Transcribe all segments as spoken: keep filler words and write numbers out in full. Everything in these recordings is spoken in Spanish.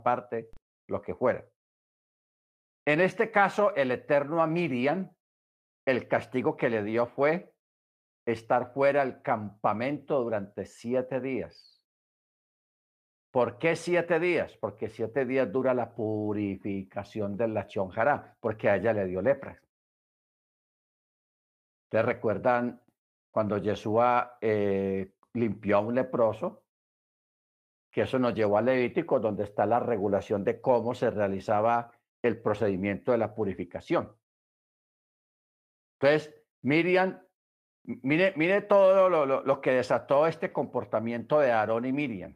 parte, lo que fuera. En este caso, el Eterno a Miriam, el castigo que le dio fue estar fuera del campamento durante siete días. ¿Por qué siete días? Porque siete días dura la purificación del Lachón Jará, porque a ella le dio lepra. ¿Ustedes recuerdan cuando Yeshua eh, limpió a un leproso? Que eso nos llevó a Levítico, donde está la regulación de cómo se realizaba el procedimiento de la purificación. Entonces, Miriam, mire, mire todo lo, lo, lo que desató este comportamiento de Aarón y Miriam.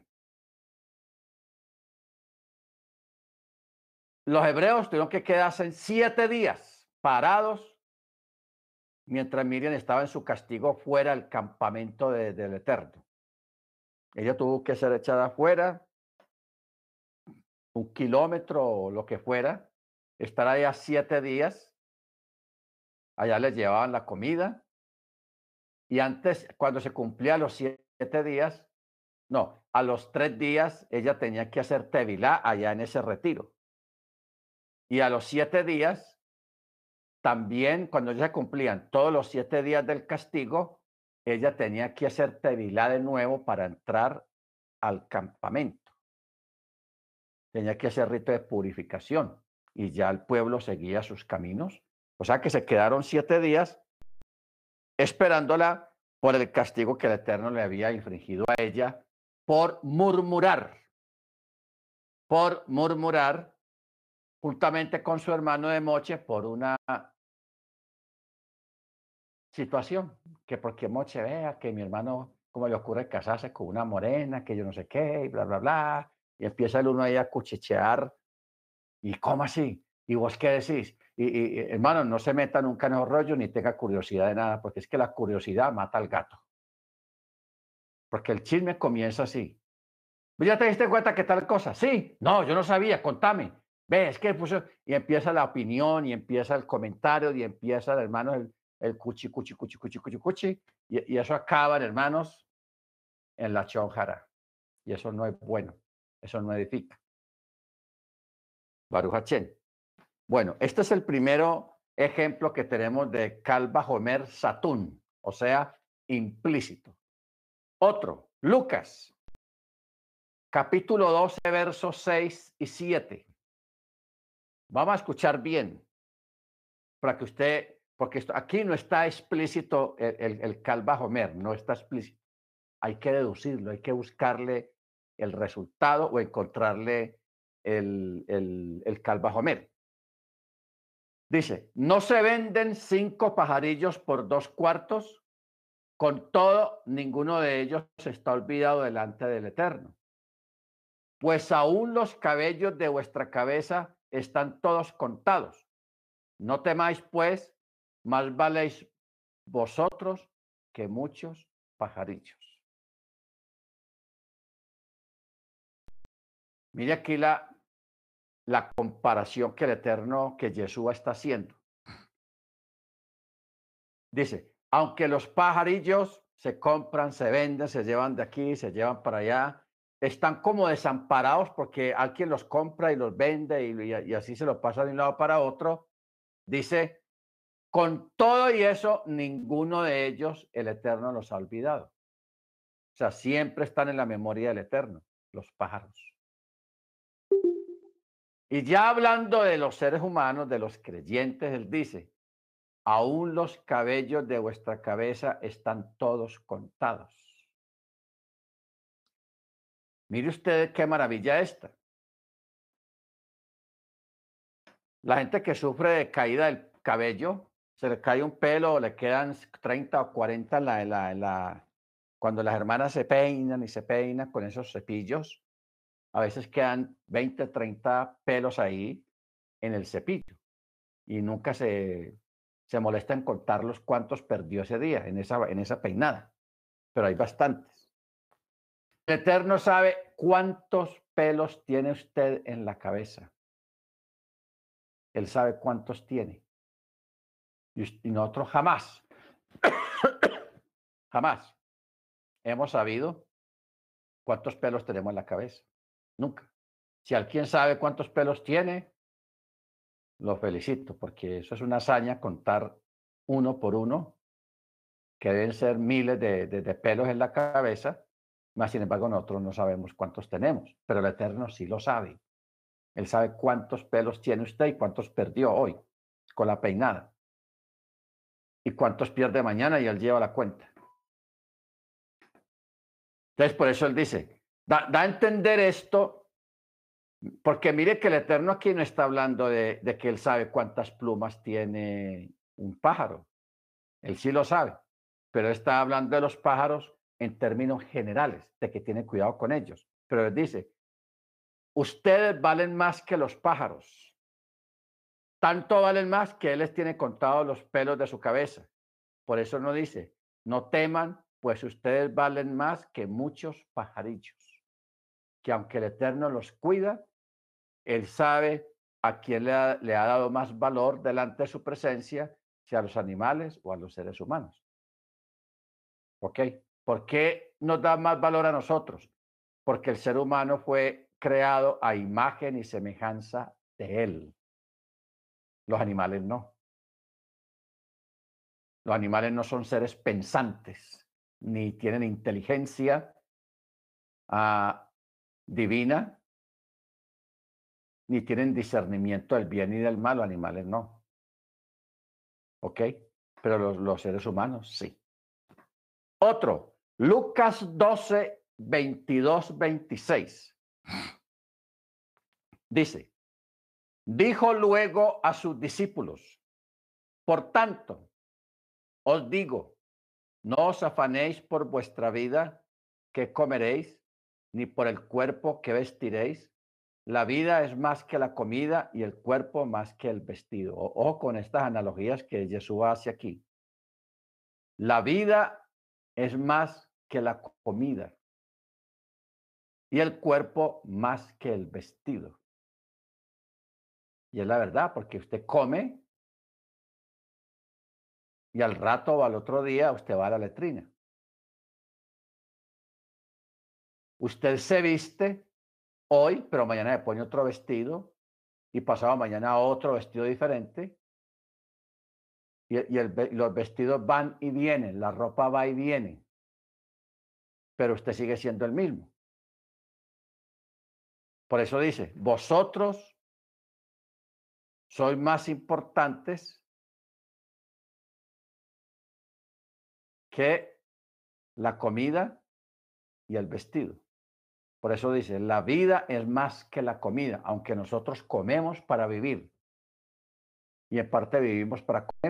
Los hebreos tuvieron que quedarse siete días parados mientras Miriam estaba en su castigo fuera del campamento de, del Eterno. Ella tuvo que ser echada afuera, un kilómetro o lo que fuera, estar allá siete días. Allá les llevaban la comida. Y antes, cuando se cumplía los siete días, no, a los tres días ella tenía que hacer tevilá allá en ese retiro. Y a los siete días, también cuando ya se cumplían todos los siete días del castigo, ella tenía que hacer tevilá de nuevo para entrar al campamento. Tenía que hacer rito de purificación y ya el pueblo seguía sus caminos. O sea que se quedaron siete días esperándola por el castigo que el Eterno le había infligido a ella por murmurar, por murmurar juntamente con su hermano de Moche por una situación, que porque Moche vea que mi hermano, cómo le ocurre casarse con una morena, que yo no sé qué, y bla, bla, bla, y empieza el uno ahí a cuchichear, y ¿cómo así? ¿Y vos qué decís? Y, y, hermano, no se meta nunca en esos rollos ni tenga curiosidad de nada, porque es que la curiosidad mata al gato. Porque el chisme comienza así. ¿Ya te diste cuenta que tal cosa? Sí. No, yo no sabía, contame. Ve, es que puso... Y empieza la opinión, y empieza el comentario, y empieza, hermano, el, el cuchi, cuchi, cuchi, cuchi, cuchi, cuchi. Y, y eso acaba, hermanos, en la chonjara. Y eso no es bueno. Eso no edifica. Baruch Hachén. Bueno, este es el primero ejemplo que tenemos de Calva Homer Satún, o sea, implícito. Otro, Lucas, capítulo doce, versos seis y siete. Vamos a escuchar bien, para que usted, porque esto, aquí no está explícito el, el, el Calva Homer, no está explícito. Hay que deducirlo, hay que buscarle el resultado o encontrarle el, el, el Calva Homer. Dice, ¿no se venden cinco pajarillos por dos cuartos? Con todo, ninguno de ellos está olvidado delante del Eterno. Pues aún los cabellos de vuestra cabeza están todos contados. No temáis, pues, más valéis vosotros que muchos pajarillos. Mire aquí la, la comparación que el Eterno, que Yeshua está haciendo. Dice, aunque los pajarillos se compran, se venden, se llevan de aquí, se llevan para allá, están como desamparados porque alguien los compra y los vende y, y, y así se los pasa de un lado para otro. Dice, con todo y eso, ninguno de ellos el Eterno los ha olvidado. O sea, siempre están en la memoria del Eterno, los pájaros. Y ya hablando de los seres humanos, de los creyentes, él dice, aún los cabellos de vuestra cabeza están todos contados. Mire usted qué maravilla esta. La gente que sufre de caída del cabello, se le cae un pelo, le quedan treinta o cuarenta en la, en la, en la, cuando las hermanas se peinan y se peinan con esos cepillos, a veces quedan veinte, treinta pelos ahí en el cepillo y nunca se, se molesta en contarlos cuántos perdió ese día en esa, en esa peinada, pero hay bastantes. El Eterno sabe cuántos pelos tiene usted en la cabeza. Él sabe cuántos tiene. Y nosotros jamás, jamás hemos sabido cuántos pelos tenemos en la cabeza. Nunca. Si alguien sabe cuántos pelos tiene, lo felicito, porque eso es una hazaña contar uno por uno, que deben ser miles de, de, de pelos en la cabeza, más sin embargo nosotros no sabemos cuántos tenemos, pero el Eterno sí lo sabe. Él sabe cuántos pelos tiene usted y cuántos perdió hoy con la peinada. Y cuántos pierde mañana y él lleva la cuenta. Entonces, por eso él dice, da, da a entender esto, porque mire que el Eterno aquí no está hablando de, de que él sabe cuántas plumas tiene un pájaro. Él sí lo sabe, pero está hablando de los pájaros en términos generales, de que tiene cuidado con ellos. Pero él dice, ustedes valen más que los pájaros. Tanto valen más que él les tiene contados los pelos de su cabeza. Por eso no dice, no teman, pues ustedes valen más que muchos pajarillos. Que aunque el Eterno los cuida, él sabe a quién le ha, le ha dado más valor delante de su presencia, si a los animales o a los seres humanos. ¿Ok? ¿Por qué nos da más valor a nosotros? Porque el ser humano fue creado a imagen y semejanza de él. Los animales no. Los animales no son seres pensantes, ni tienen inteligencia uh, divina, ni tienen discernimiento del bien y del mal. Los animales no. ¿Ok? Pero los, los seres humanos sí. Otro, Lucas doce, veintidós, veintiséis. Dice, dijo luego a sus discípulos, por tanto, os digo, no os afanéis por vuestra vida, qué comeréis, ni por el cuerpo que vestiréis. La vida es más que la comida y el cuerpo más que el vestido. Ojo con estas analogías que Jesús hace aquí. La vida es más que la comida y el cuerpo más que el vestido. Y es la verdad, porque usted come y al rato o al otro día usted va a la letrina. Usted se viste hoy, pero mañana se pone otro vestido y pasado mañana otro vestido diferente. Y, y el, los vestidos van y vienen, la ropa va y viene, pero usted sigue siendo el mismo. Por eso dice, vosotros sois más importantes que la comida y el vestido. Por eso dice, la vida es más que la comida, aunque nosotros comemos para vivir. Y en parte vivimos para comer.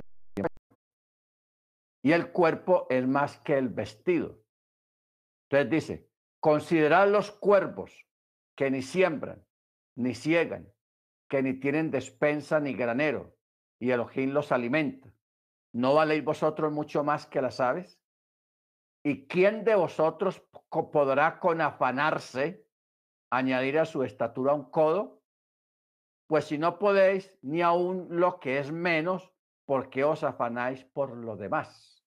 Y el cuerpo es más que el vestido. Entonces dice, considerad los cuervos que ni siembran, ni ciegan, que ni tienen despensa ni granero, y Elohim los alimenta. ¿No valéis vosotros mucho más que las aves? ¿Y quién de vosotros podrá con afanarse añadir a su estatura un codo? Pues si no podéis, ni aun lo que es menos, ¿por qué os afanáis por lo demás?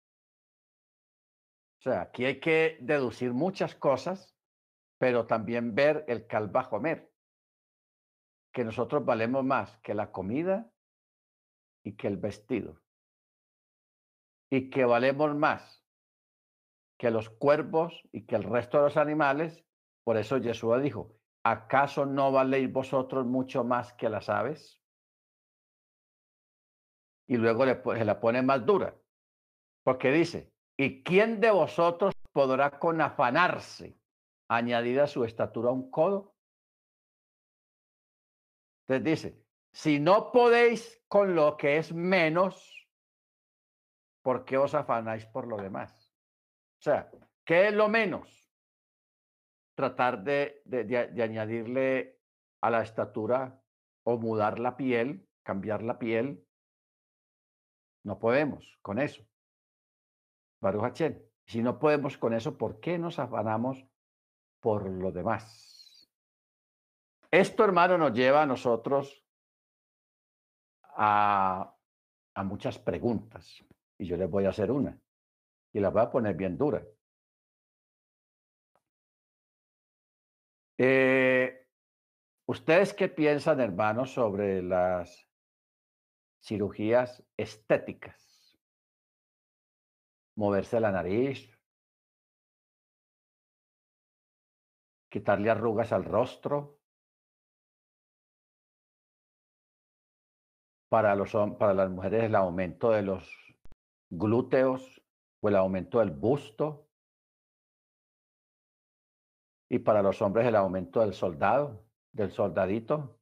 O sea, aquí hay que deducir muchas cosas, pero también ver el Calvajomer, que nosotros valemos más que la comida y que el vestido, y que valemos más que los cuervos y que el resto de los animales. Por eso Yeshua dijo, ¿acaso no valéis vosotros mucho más que las aves? Y luego le, se la pone más dura, porque dice, ¿y quién de vosotros podrá con afanarse añadir a su estatura un codo? Entonces dice, si no podéis con lo que es menos, ¿por qué os afanáis por lo demás? O sea, ¿qué es lo menos? Tratar de, de, de, de añadirle a la estatura o mudar la piel, cambiar la piel. No podemos con eso. Baruch Hachén. Si no podemos con eso, ¿por qué nos afanamos por lo demás? Esto, hermano, nos lleva a nosotros a, a muchas preguntas. Y yo les voy a hacer una. Y la voy a poner bien dura. Eh, ¿Ustedes qué piensan, hermanos, sobre las cirugías estéticas? Moverse la nariz, quitarle arrugas al rostro, para los, hom- para las mujeres el aumento de los glúteos o el aumento del busto, y para los hombres el aumento del soldado, del soldadito.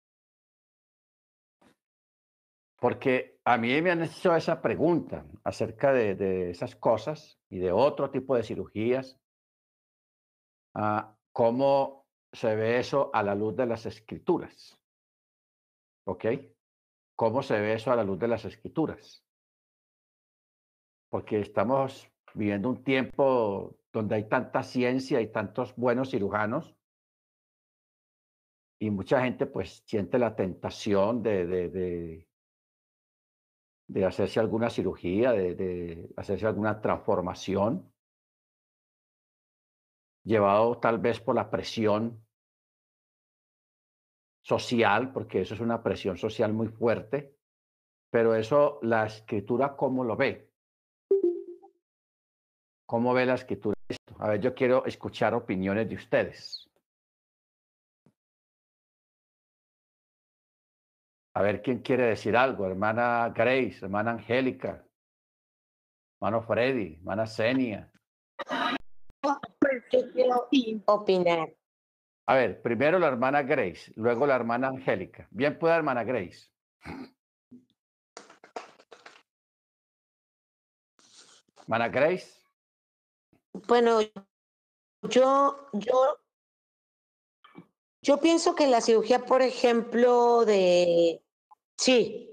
Porque a mí me han hecho esa pregunta acerca de, de esas cosas y de otro tipo de cirugías. Ah, ¿cómo se ve eso a la luz de las escrituras? ¿Ok? ¿Cómo se ve eso a la luz de las escrituras? Porque estamos viviendo un tiempo donde hay tanta ciencia y tantos buenos cirujanos, y mucha gente pues siente la tentación de, de, de, de hacerse alguna cirugía, de, de hacerse alguna transformación, llevado tal vez por la presión social, porque eso es una presión social muy fuerte, pero eso la escritura, ¿cómo lo ve? ¿Cómo ve la escritura esto? A ver, yo quiero escuchar opiniones de ustedes. A ver quién quiere decir algo, hermana Grace, hermana Angélica, hermano Freddy, hermana Zenia. Pues yo quiero opinar. A ver, primero la hermana Grace, luego la hermana Angélica. Bien pueda, hermana Grace. Hermana Grace. Bueno, yo, yo, yo pienso que la cirugía, por ejemplo, de, sí,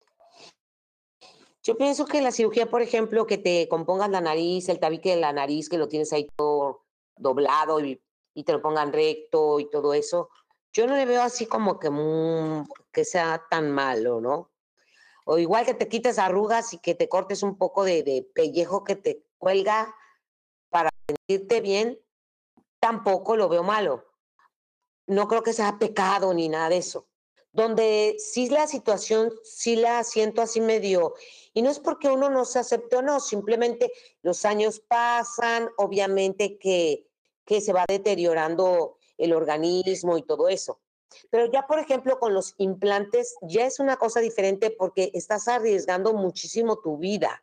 yo pienso que la cirugía, por ejemplo, que te compongan la nariz, el tabique de la nariz, que lo tienes ahí todo doblado y, y te lo pongan recto y todo eso, yo no le veo así como que, mm, que sea tan malo, ¿no? O igual que te quites arrugas y que te cortes un poco de, de pellejo que te cuelga para sentirte bien, tampoco lo veo malo. No creo que sea pecado ni nada de eso. Donde sí la situación, sí la siento así medio, y no es porque uno no se acepte o no, simplemente los años pasan, obviamente que, que se va deteriorando el organismo y todo eso. Pero ya, por ejemplo, con los implantes, ya es una cosa diferente porque estás arriesgando muchísimo tu vida.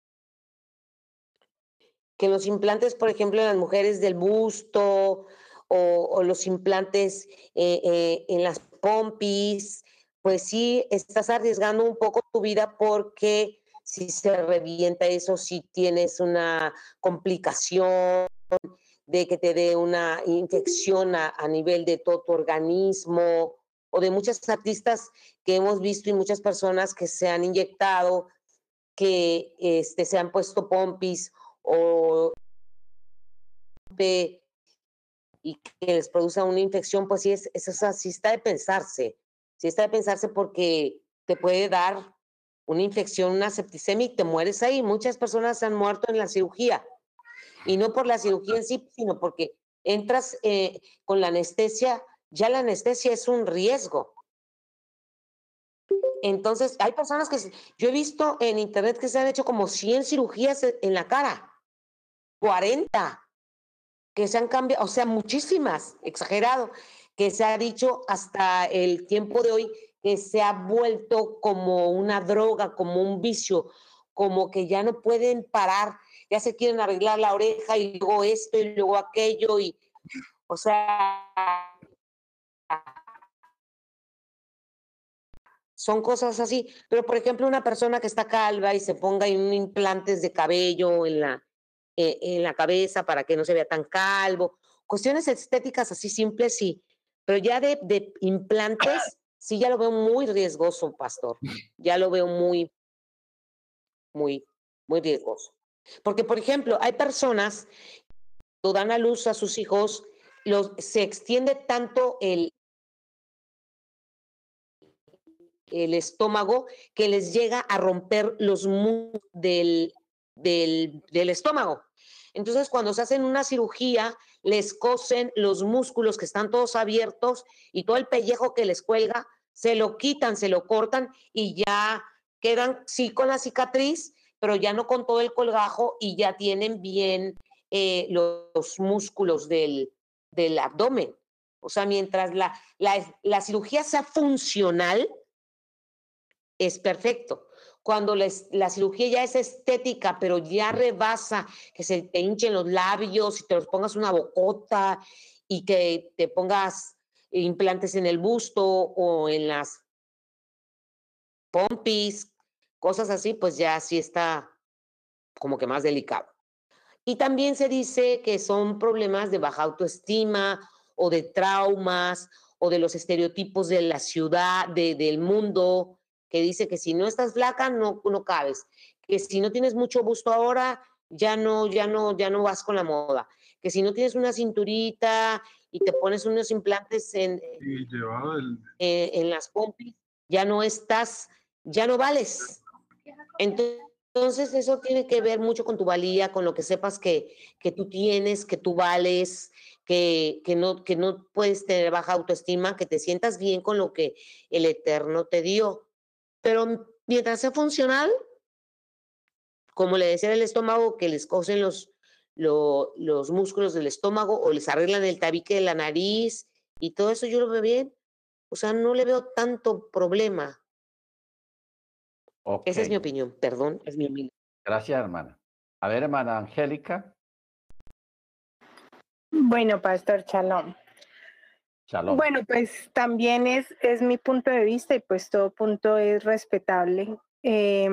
Que los implantes, por ejemplo, en las mujeres del busto o, o los implantes eh, eh, en las pompis, pues sí, estás arriesgando un poco tu vida porque si se revienta eso, si tienes una complicación de que te dé una infección a, a nivel de todo tu organismo, o de muchas artistas que hemos visto y muchas personas que se han inyectado, que este, se han puesto pompis o de, y que les produce una infección, pues sí, es, es, es así está de pensarse. Sí está de pensarse porque te puede dar una infección, una septicemia y te mueres ahí. Muchas personas han muerto en la cirugía. Y no por la cirugía en sí, sino porque entras eh, con la anestesia. Ya la anestesia es un riesgo. Entonces, hay personas que, yo he visto en internet que se han hecho como cien cirugías en la cara, cuarenta que se han cambiado, o sea, muchísimas, exagerado, que se ha dicho hasta el tiempo de hoy que se ha vuelto como una droga, como un vicio, como que ya no pueden parar, ya se quieren arreglar la oreja y luego esto y luego aquello, y, o sea, son cosas así. Pero, por ejemplo, una persona que está calva y se ponga un implantes de cabello en la, eh, en la cabeza para que no se vea tan calvo. Cuestiones estéticas así simples, sí. Pero ya de, de implantes, sí, ya lo veo muy riesgoso, pastor. Ya lo veo muy, muy, muy riesgoso. Porque, por ejemplo, hay personas que dan a luz a sus hijos, los, se extiende tanto el, el estómago que les llega a romper los músculos del, del, del estómago. Entonces, cuando se hacen una cirugía, les cosen los músculos que están todos abiertos y todo el pellejo que les cuelga, se lo quitan, se lo cortan y ya quedan, sí, con la cicatriz, pero ya no con todo el colgajo y ya tienen bien eh, los músculos del, del abdomen. O sea, mientras la, la, la cirugía sea funcional, es perfecto. Cuando les, la cirugía ya es estética, pero ya rebasa, que se te hinchen los labios y te los pongas una bocota y que te pongas implantes en el busto o en las pompis, cosas así, pues ya sí está como que más delicado. Y también se dice que son problemas de baja autoestima o de traumas o de los estereotipos de la ciudad, de, del mundo, que dice que si no estás flaca no, no cabes, que si no tienes mucho busto ahora ya no, ya no, ya no vas con la moda, que si no tienes una cinturita y te pones unos implantes en, Y llevaba el... eh, en las pompis, ya no estás, ya no vales. Entonces, entonces, eso tiene que ver mucho con tu valía, con lo que sepas que, que tú tienes, que tú vales, que, que, no, que no puedes tener baja autoestima, que te sientas bien con lo que el Eterno te dio. Pero mientras sea funcional, como le decía el estómago, que les cosen los, lo, los músculos del estómago o les arreglan el tabique de la nariz y todo eso yo lo veo bien. O sea, no le veo tanto problema. Ok, Esa es mi opinión, perdón, es mi opinión. gracias, hermana. A ver, hermana Angélica. Bueno, Pastor Shalom. Shalom. Bueno, pues también es, es mi punto de vista y pues todo punto es respetable. Eh,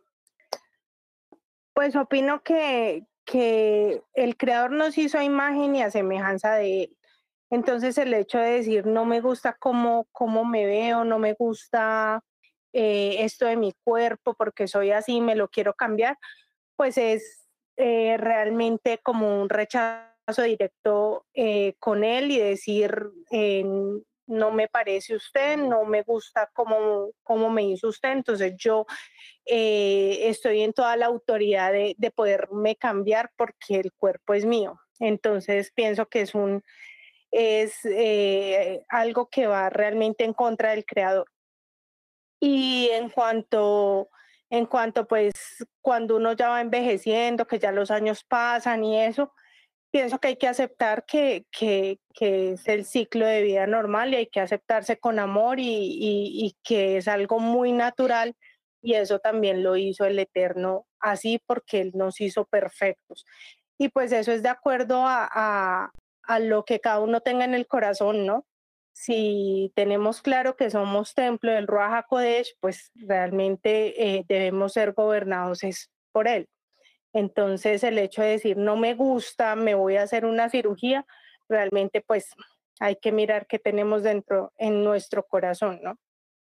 pues opino que, que el Creador nos hizo a imagen y a semejanza de Él. Entonces el hecho de decir no me gusta cómo, cómo me veo, no me gusta eh, esto de mi cuerpo porque soy así, me lo quiero cambiar, pues es eh, realmente como un rechazo directo eh, con él y decir eh, no me parece usted, no me gusta cómo, cómo me hizo usted, entonces yo eh, estoy en toda la autoridad de, de poderme cambiar porque el cuerpo es mío. Entonces pienso que es un es eh, algo que va realmente en contra del creador. Y en cuanto, en cuanto pues cuando uno ya va envejeciendo, que ya los años pasan y eso, pienso que hay que aceptar que, que, que es el ciclo de vida normal y hay que aceptarse con amor y, y, y que es algo muy natural y eso también lo hizo el Eterno así porque Él nos hizo perfectos. Y pues eso es de acuerdo a, a, a lo que cada uno tenga en el corazón, ¿no? Si tenemos claro que somos templo del Ruach HaKodesh, pues realmente eh, debemos ser gobernados es por él. Entonces el hecho de decir no me gusta, me voy a hacer una cirugía, realmente pues hay que mirar qué tenemos dentro en nuestro corazón, ¿no?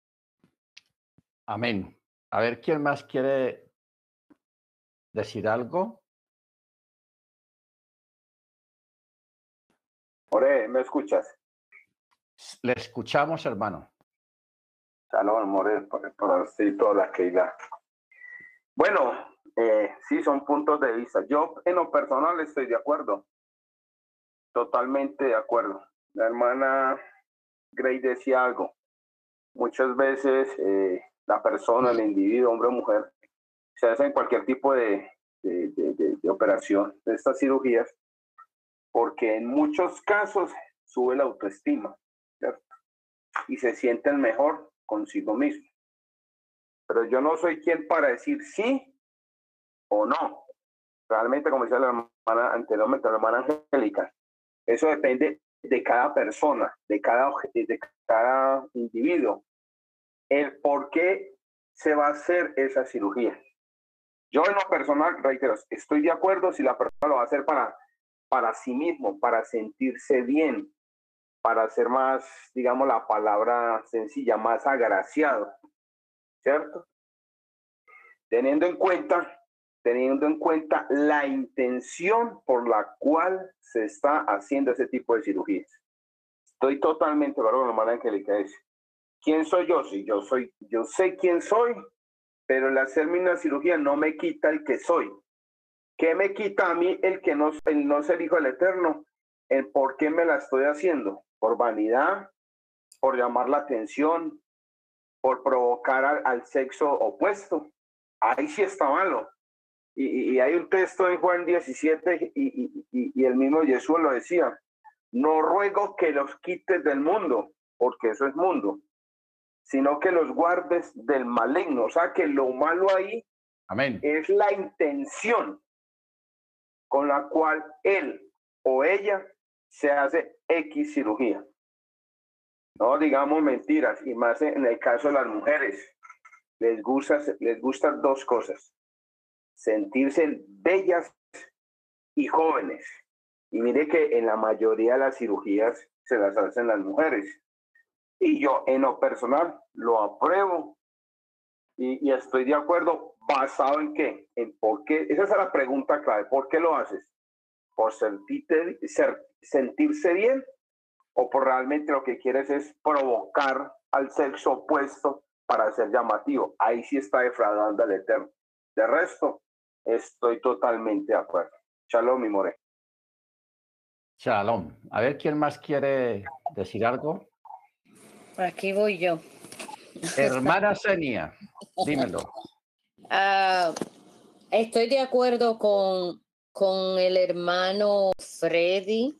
Amén. A ver, ¿quién más quiere decir algo? More, ¿me escuchas? Le escuchamos, hermano. Salón, More, por, por así toda la Keila. Bueno, eh, sí, son puntos de vista. Yo, en lo personal, estoy de acuerdo. Totalmente de acuerdo. La hermana Gray decía algo. Muchas veces eh, la persona, el individuo, hombre o mujer, se hacen cualquier tipo de, de, de, de, de operación, de estas cirugías, porque en muchos casos sube la autoestima, ¿cierto? Y se sienten mejor consigo mismo. Pero yo no soy quien para decir sí o no. Realmente, como decía la hermana anteriormente, la hermana Angélica, eso depende de cada persona, de cada, de cada individuo, el por qué se va a hacer esa cirugía. Yo en lo personal, reitero, estoy de acuerdo si la persona lo va a hacer para, para sí mismo, para sentirse bien, para ser más, digamos la palabra sencilla, más agraciado, ¿cierto? Teniendo en cuenta, teniendo en cuenta la intención por la cual se está haciendo ese tipo de cirugías. Estoy totalmente de acuerdo con la hermana Angélica. Dice, ¿quién soy yo? Si yo soy, yo sé quién soy, pero el hacerme una cirugía no me quita el que soy. ¿Qué me quita a mí el que no, el no ser hijo del Eterno? ¿El por qué me la estoy haciendo? ¿Por vanidad? ¿Por llamar la atención? ¿Por provocar al, al sexo opuesto? Ahí sí está malo. Y, y hay un texto en Juan diecisiete y, y, y, y el mismo Jesús lo decía. No ruego que los quites del mundo, porque eso es mundo, sino que los guardes del maligno. O sea que lo malo ahí Amén. es la intención con la cual él o ella se hace X cirugía. No digamos mentiras, y más en el caso de las mujeres. Les gusta, les gustan dos cosas: sentirse bellas y jóvenes. Y mire que en la mayoría de las cirugías se las hacen las mujeres. Y yo en lo personal lo apruebo y, y estoy de acuerdo. ¿Basado en qué? En por qué. Esa es la pregunta clave. ¿Por qué lo haces? ¿Por sentirte, ser, sentirse bien? ¿O por realmente lo que quieres es provocar al sexo opuesto para ser llamativo? Ahí sí está defraudando al Eterno. De resto, estoy totalmente de acuerdo. Shalom, mi more. Shalom. A ver, ¿quién más quiere decir algo? Aquí voy yo. Hermana Senia, dímelo. Uh, estoy de acuerdo con, con el hermano Freddy,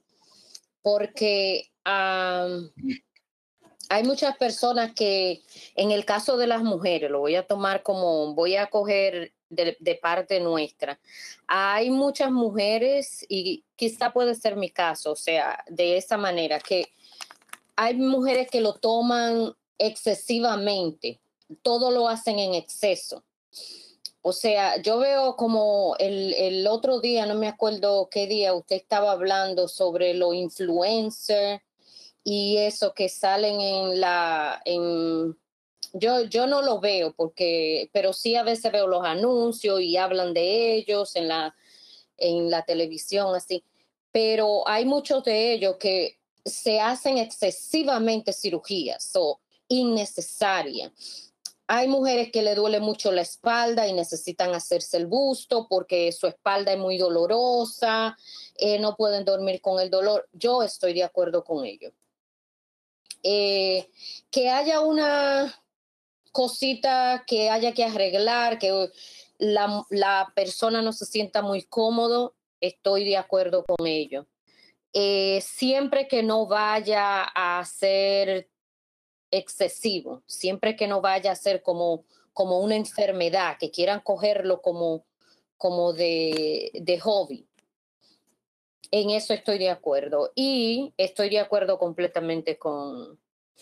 porque um, hay muchas personas que, en el caso de las mujeres, lo voy a tomar como, voy a coger de, de parte nuestra. Hay muchas mujeres, y quizá puede ser mi caso, o sea, de esa manera, que hay mujeres que lo toman excesivamente, todo lo hacen en exceso. O sea, yo veo como el, el otro día, no me acuerdo qué día, usted estaba hablando sobre los influencers y eso que salen en la... En, yo, yo no lo veo, porque, pero sí a veces veo los anuncios y hablan de ellos en la, en la televisión, así. Pero hay muchos de ellos que se hacen excesivamente cirugías o innecesarias. Hay mujeres que le duele mucho la espalda y necesitan hacerse el busto porque su espalda es muy dolorosa, eh, no pueden dormir con el dolor. Yo estoy de acuerdo con ello. Eh, que haya una cosita que haya que arreglar, que la, la persona no se sienta muy cómodo, estoy de acuerdo con ello. Eh, siempre que no vaya a ser excesivo, siempre que no vaya a ser como, como una enfermedad, que quieran cogerlo como, como de, de hobby. En eso estoy de acuerdo. Y estoy de acuerdo completamente con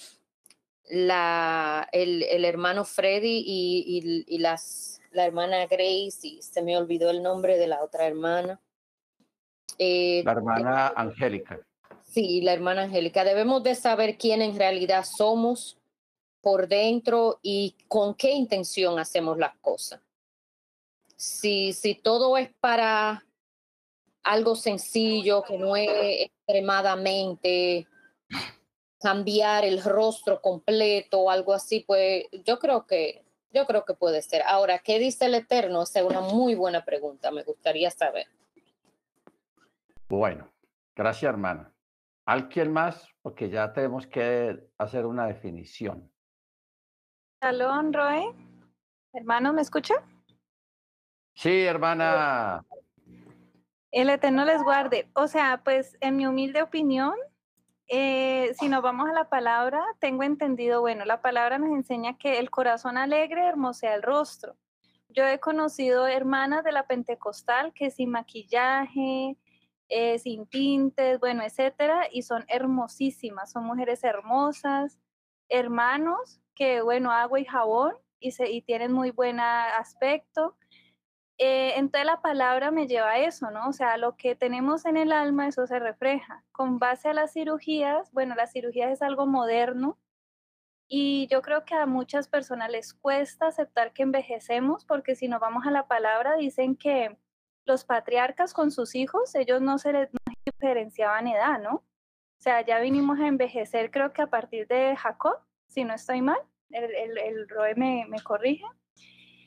la, el, el hermano Freddy y, y, y las, la hermana Grace, y se me olvidó el nombre de la otra hermana. Eh, La hermana Angélica. Sí, la hermana Angélica. Debemos de saber quién en realidad somos por dentro y con qué intención hacemos las cosas. Si, si todo es para algo sencillo, que no es extremadamente cambiar el rostro completo o algo así, pues yo creo que, yo creo que puede ser. Ahora, ¿qué dice el Eterno? Esa es una muy buena pregunta, me gustaría saber. Bueno, gracias, hermana. ¿Alguien más? Porque ya tenemos que hacer una definición. Salón, Roe. Hermano, ¿me escucha? Sí, hermana. El Eterno les guarde. O sea, pues en mi humilde opinión, eh, si nos vamos a la palabra, tengo entendido, bueno, la palabra nos enseña que el corazón alegre hermosea el rostro. Yo he conocido hermanas de la Pentecostal que sin maquillaje, eh, sin tintes, bueno, etcétera, y son hermosísimas, son mujeres hermosas, hermanos que, bueno, agua y jabón y, se, y tienen muy buen aspecto. Eh, entonces la palabra me lleva a eso, ¿no? O sea, lo que tenemos en el alma, eso se refleja. Con base a las cirugías, bueno, las cirugías es algo moderno y yo creo que a muchas personas les cuesta aceptar que envejecemos, porque si nos vamos a la palabra, dicen que los patriarcas con sus hijos, ellos no se les no diferenciaban edad, ¿no? O sea, ya vinimos a envejecer, creo que a partir de Jacob, si no estoy mal, el, el, el Roe me, me corrige.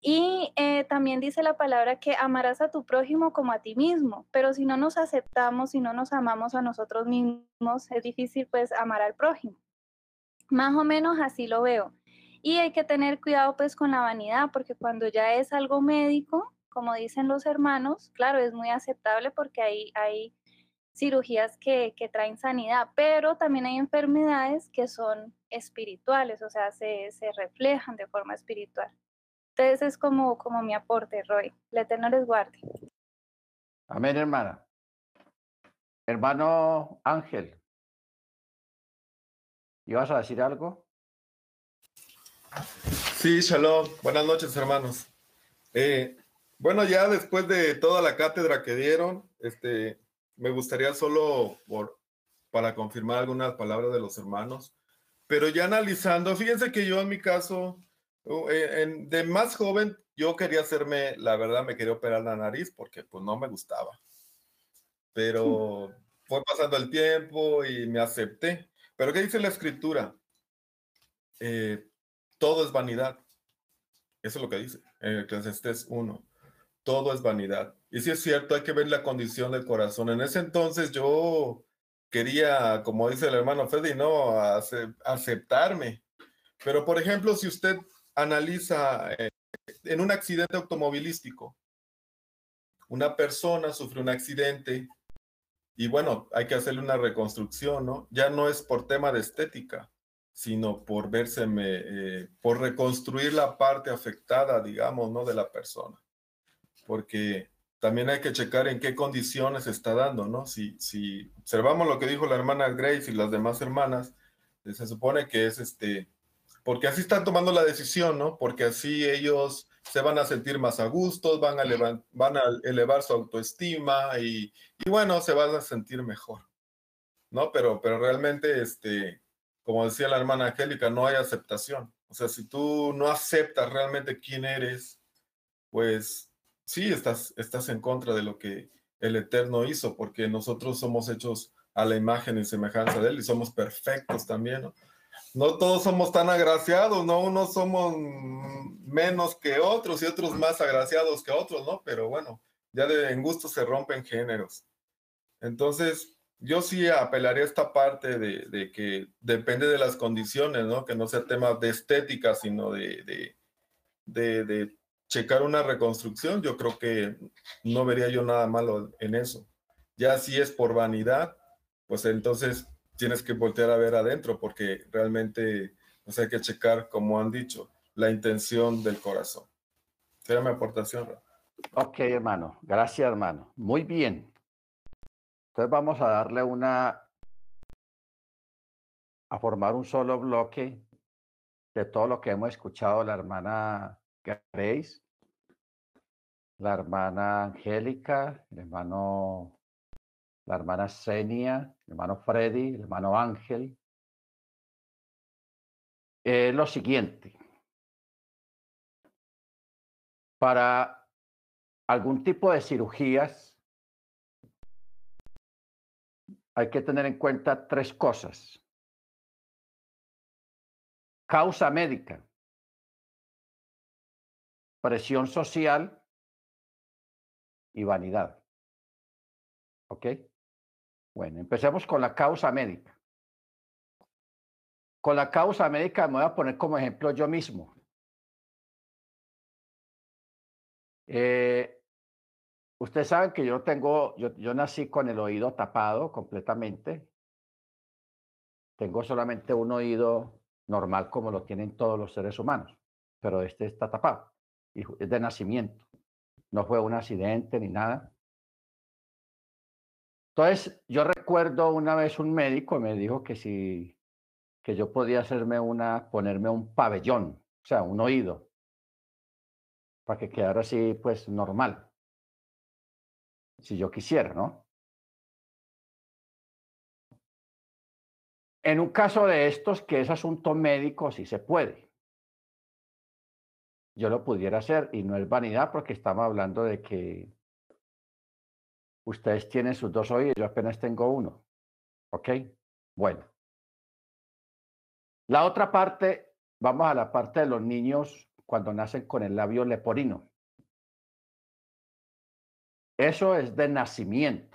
Y eh, también dice la palabra que amarás a tu prójimo como a ti mismo, pero si no nos aceptamos, si no nos amamos a nosotros mismos, es difícil pues amar al prójimo. Más o menos así lo veo. Y hay que tener cuidado pues con la vanidad, porque cuando ya es algo médico, como dicen los hermanos, claro, es muy aceptable porque hay, hay cirugías que, que traen sanidad, pero también hay enfermedades que son espirituales, o sea, se, se reflejan de forma espiritual. Entonces es como, como mi aporte, Roy. El Eterno les guarde. Amén, hermana. Hermano Ángel, ¿ibas a decir algo? Sí, shalom. Buenas noches, hermanos. Eh, bueno, ya después de toda la cátedra que dieron, este, me gustaría solo por, para confirmar algunas palabras de los hermanos, pero ya analizando, fíjense que yo en mi caso, eh, en, de más joven, yo quería hacerme, la verdad, me quería operar la nariz porque pues no me gustaba, pero fue pasando el tiempo y me acepté. Pero ¿qué dice la escritura? Eh, todo es vanidad. Eso es lo que dice en Eclesiastés uno. Todo es vanidad. Y sí es cierto, hay que ver la condición del corazón. En ese entonces yo quería, como dice el hermano Freddy, no Ace- aceptarme. Pero, por ejemplo, si usted analiza eh, en un accidente automovilístico, una persona sufre un accidente y bueno, hay que hacerle una reconstrucción, ¿no? Ya no es por tema de estética, sino por verse, eh, por reconstruir la parte afectada, digamos, ¿no? De la persona. Porque también hay que checar en qué condiciones se está dando, ¿no? Si, si observamos lo que dijo la hermana Grace y las demás hermanas, eh, se supone que es este, porque así están tomando la decisión, ¿no? Porque así ellos se van a sentir más a gusto, van a elevar, van a elevar su autoestima y, y bueno, se van a sentir mejor, ¿no? Pero, pero realmente, este, como decía la hermana Angélica, no hay aceptación. O sea, si tú no aceptas realmente quién eres, pues sí, estás, estás en contra de lo que el Eterno hizo, porque nosotros somos hechos a la imagen y semejanza de Él y somos perfectos también, ¿no? No todos somos tan agraciados, ¿no? Unos somos menos que otros y otros más agraciados que otros, ¿no? Pero bueno, ya de, en gusto se rompen géneros. Entonces, yo sí apelaría a esta parte de, de que depende de las condiciones, ¿no? Que no sea tema de estética, sino de, de, de, de checar una reconstrucción. Yo creo que no vería yo nada malo en eso. Ya si es por vanidad, pues entonces tienes que voltear a ver adentro, porque realmente pues hay que checar, como han dicho, la intención del corazón. Será mi aportación, Rafa. Ok, hermano. Gracias, hermano. Muy bien. Entonces vamos a darle una, a formar un solo bloque de todo lo que hemos escuchado la hermana Grace, la hermana Angélica, el hermano, la hermana Senia, el hermano Freddy, el hermano Ángel. Eh, lo siguiente. Para algún tipo de cirugías hay que tener en cuenta tres cosas. Causa médica, presión social y vanidad. ¿Ok? Bueno, empecemos con la causa médica. Con la causa médica me voy a poner como ejemplo yo mismo. Eh, ustedes saben que yo tengo, yo, yo nací con el oído tapado completamente. Tengo solamente un oído normal como lo tienen todos los seres humanos, pero este está tapado y es de nacimiento. No fue un accidente ni nada. Entonces, yo recuerdo una vez un médico me dijo que si, que yo podía hacerme una, ponerme un pabellón, o sea, un oído, para que quedara así, pues, normal, si yo quisiera, ¿no? En un caso de estos, que es asunto médico, sí se puede. Yo lo pudiera hacer y no es vanidad porque estamos hablando de que ustedes tienen sus dos oídos, yo apenas tengo uno. ¿Ok? Bueno. La otra parte, vamos a la parte de los niños cuando nacen con el labio leporino. Eso es de nacimiento.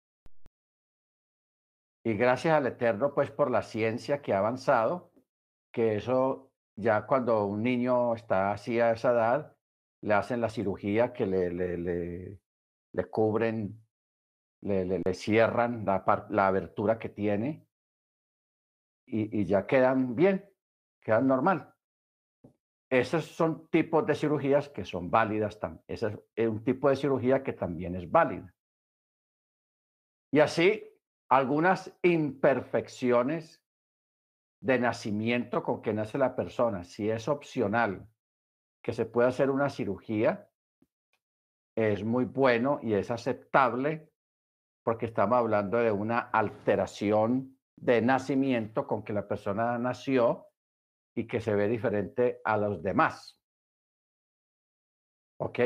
Y gracias al Eterno, pues por la ciencia que ha avanzado, que eso ya cuando un niño está así a esa edad, le hacen la cirugía que le, le, le, le cubren, le, le, le cierran la, par, la abertura que tiene y, y ya quedan bien, quedan normal. Esos son tipos de cirugías que son válidas también. Ese es un tipo de cirugía que también es válida. Y así, algunas imperfecciones de nacimiento con que nace la persona, si es opcional que se pueda hacer una cirugía, es muy bueno y es aceptable porque estamos hablando de una alteración de nacimiento con que la persona nació y que se ve diferente a los demás. ¿Ok?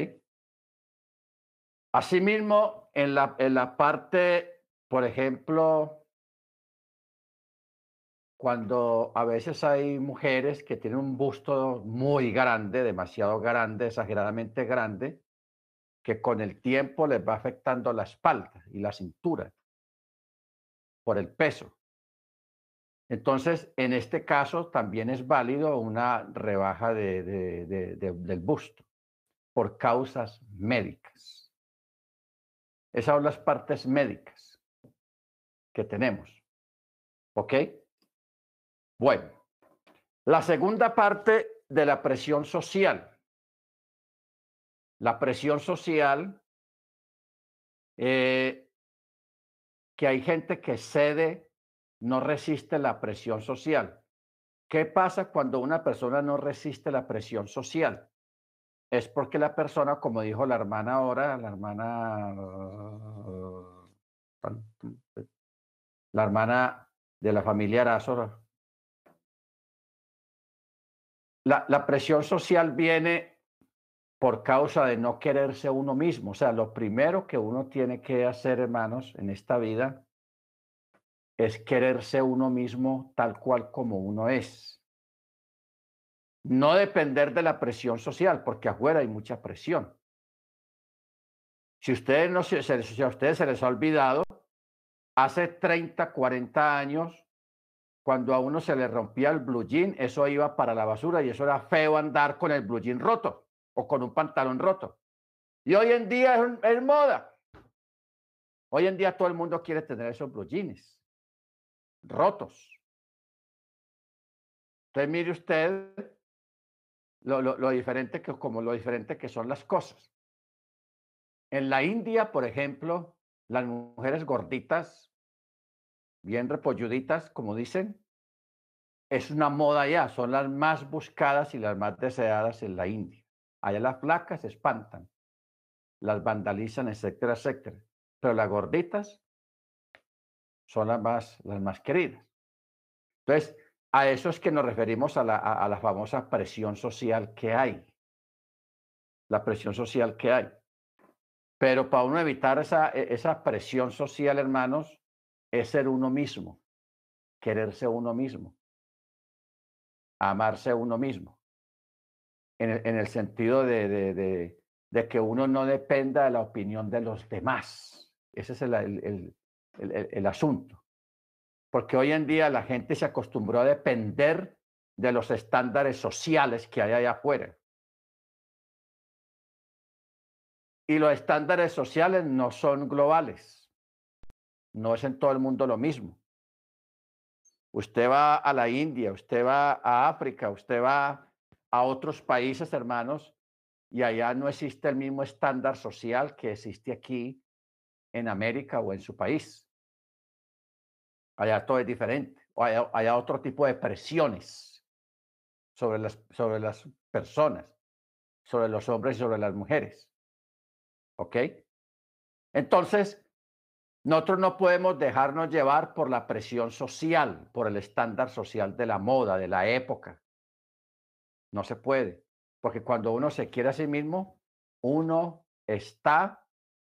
Asimismo, en la, en la parte, por ejemplo, cuando a veces hay mujeres que tienen un busto muy grande, demasiado grande, exageradamente grande, que con el tiempo les va afectando la espalda y la cintura por el peso. Entonces, en este caso también es válido una rebaja de, de, de, de, del busto por causas médicas. Esas son las partes médicas que tenemos. ¿Ok? Bueno, la segunda parte de la presión social. La presión social, eh, que hay gente que cede, no resiste la presión social. ¿Qué pasa cuando una persona no resiste la presión social? Es porque la persona, como dijo la hermana ahora, la hermana, la hermana de la familia Arazo, la, la presión social viene por causa de no quererse uno mismo. O sea, lo primero que uno tiene que hacer, hermanos, en esta vida es quererse uno mismo tal cual como uno es. No depender de la presión social, porque afuera hay mucha presión. Si ustedes no se, si a ustedes se les ha olvidado, hace treinta, cuarenta años, cuando a uno se le rompía el blue jean, eso iba para la basura y eso era feo andar con el blue jean roto o con un pantalón roto. Y hoy en día es, es moda. Hoy en día todo el mundo quiere tener esos blue jeans rotos. Entonces mire usted lo, lo, lo diferente que, como lo diferente que son las cosas. En la India, por ejemplo, las mujeres gorditas, bien repolluditas, como dicen, es una moda ya, son las más buscadas y las más deseadas en la India. Allá las flacas se espantan, las vandalizan, etcétera, etcétera. Pero las gorditas son las más, las más queridas. Entonces, a eso es que nos referimos a la, a, a la famosa presión social que hay. La presión social que hay. Pero para uno evitar esa, esa presión social, hermanos, es ser uno mismo, quererse uno mismo, amarse uno mismo, en el, en el sentido de, de, de, de que uno no dependa de la opinión de los demás. Ese es el, el, el, el, el asunto. Porque hoy en día la gente se acostumbró a depender de los estándares sociales que hay allá afuera. Y los estándares sociales no son globales. No es en todo el mundo lo mismo. Usted va a la India, usted va a África, usted va a otros países, hermanos, y allá no existe el mismo estándar social que existe aquí en América o en su país. Allá todo es diferente. O allá, allá otro tipo de presiones sobre las, sobre las personas, sobre los hombres y sobre las mujeres. ¿Ok? Entonces, nosotros no podemos dejarnos llevar por la presión social, por el estándar social de la moda, de la época. No se puede, porque cuando uno se quiere a sí mismo, uno está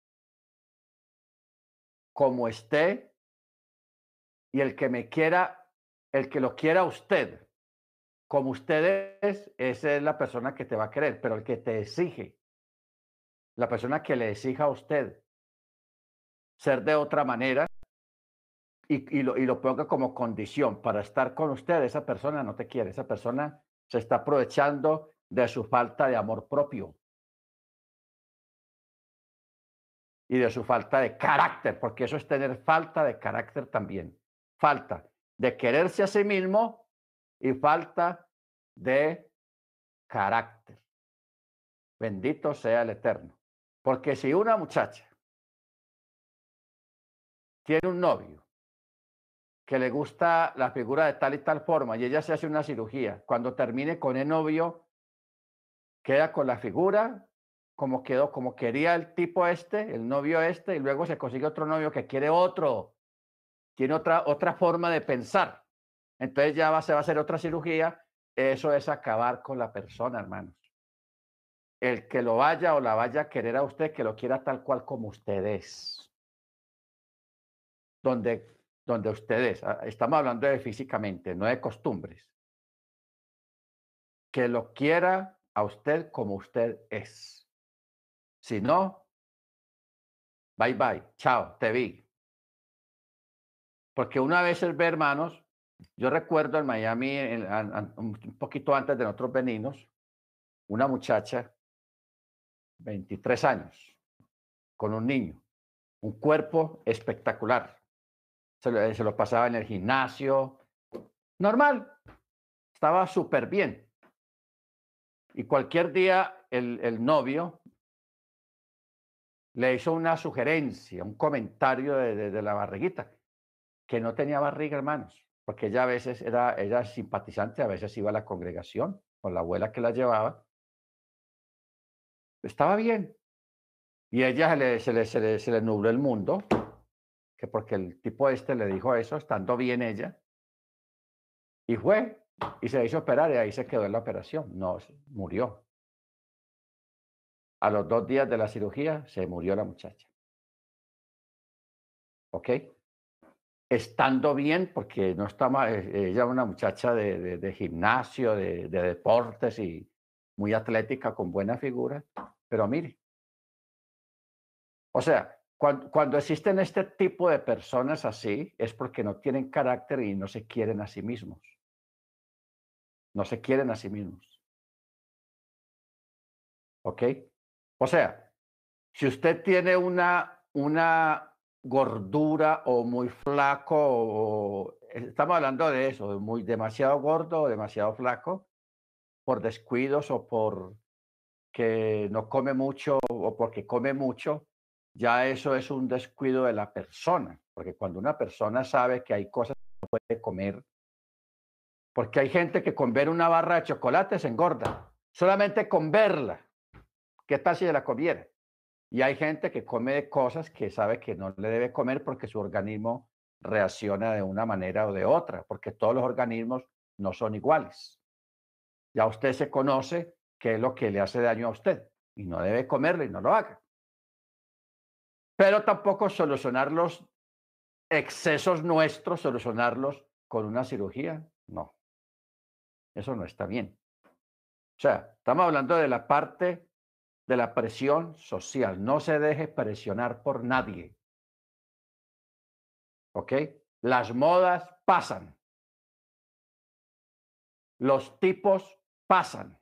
como esté y el que me quiera, el que lo quiera a usted, como usted es, esa es la persona que te va a querer, pero el que te exige, la persona que le exija a usted ser de otra manera y, y, lo, y lo ponga como condición para estar con usted, esa persona no te quiere, esa persona se está aprovechando de su falta de amor propio y de su falta de carácter, porque eso es tener falta de carácter también, falta de quererse a sí mismo y falta de carácter. Bendito sea el Eterno. Porque si una muchacha tiene un novio que le gusta la figura de tal y tal forma y ella se hace una cirugía, cuando termine con el novio, queda con la figura como quedó, como quería el tipo este, el novio este, y luego se consigue otro novio que quiere otro, tiene otra, otra forma de pensar. Entonces ya va, se va a hacer otra cirugía. Eso es acabar con la persona, hermanos. El que lo vaya o la vaya a querer a usted, que lo quiera tal cual como usted es. Donde, donde usted es. Estamos hablando de físicamente, no de costumbres. Que lo quiera a usted como usted es. Si no, bye bye, chao, te vi. Porque una vez ve, hermanos, yo recuerdo en Miami, en, en, en, un poquito antes de nosotros venirnos, una muchacha, veintitrés años, con un niño, un cuerpo espectacular. Se lo, se lo pasaba en el gimnasio, normal, estaba súper bien. Y cualquier día el, el novio le hizo una sugerencia, un comentario de, de, de la barriguita, que no tenía barriga, hermanos, porque ella a veces era, era simpatizante, a veces iba a la congregación con la abuela que la llevaba. Estaba bien. Y ella se le, se le, se le, se le nubló el mundo, que porque el tipo este le dijo eso, estando bien ella, y fue, y se hizo operar, y ahí se quedó en la operación. No, murió. A los dos días de la cirugía se murió la muchacha. ¿Ok? Estando bien, porque no estaba, ella una muchacha de, de, de gimnasio, de, de deportes y muy atlética, con buena figura, pero mire. O sea, cuando, cuando existen este tipo de personas así, es porque no tienen carácter y no se quieren a sí mismos. No se quieren a sí mismos. ¿Ok? O sea, si usted tiene una, una gordura o muy flaco, o, estamos hablando de eso, de muy demasiado gordo o demasiado flaco, por descuidos o por que no come mucho o porque come mucho, ya eso es un descuido de la persona, porque cuando una persona sabe que hay cosas que no puede comer, porque hay gente que con ver una barra de chocolate se engorda, solamente con verla. ¿Qué tal si se la comiera? Y hay gente que come cosas que sabe que no le debe comer porque su organismo reacciona de una manera o de otra, porque todos los organismos no son iguales. Ya usted se conoce qué es lo que le hace daño a usted y no debe comerlo y no lo haga. Pero tampoco solucionar los excesos nuestros, solucionarlos con una cirugía, no. Eso no está bien. O sea, estamos hablando de la parte de la presión social. No se deje presionar por nadie. ¿Ok? Las modas pasan. Los tipos pasan.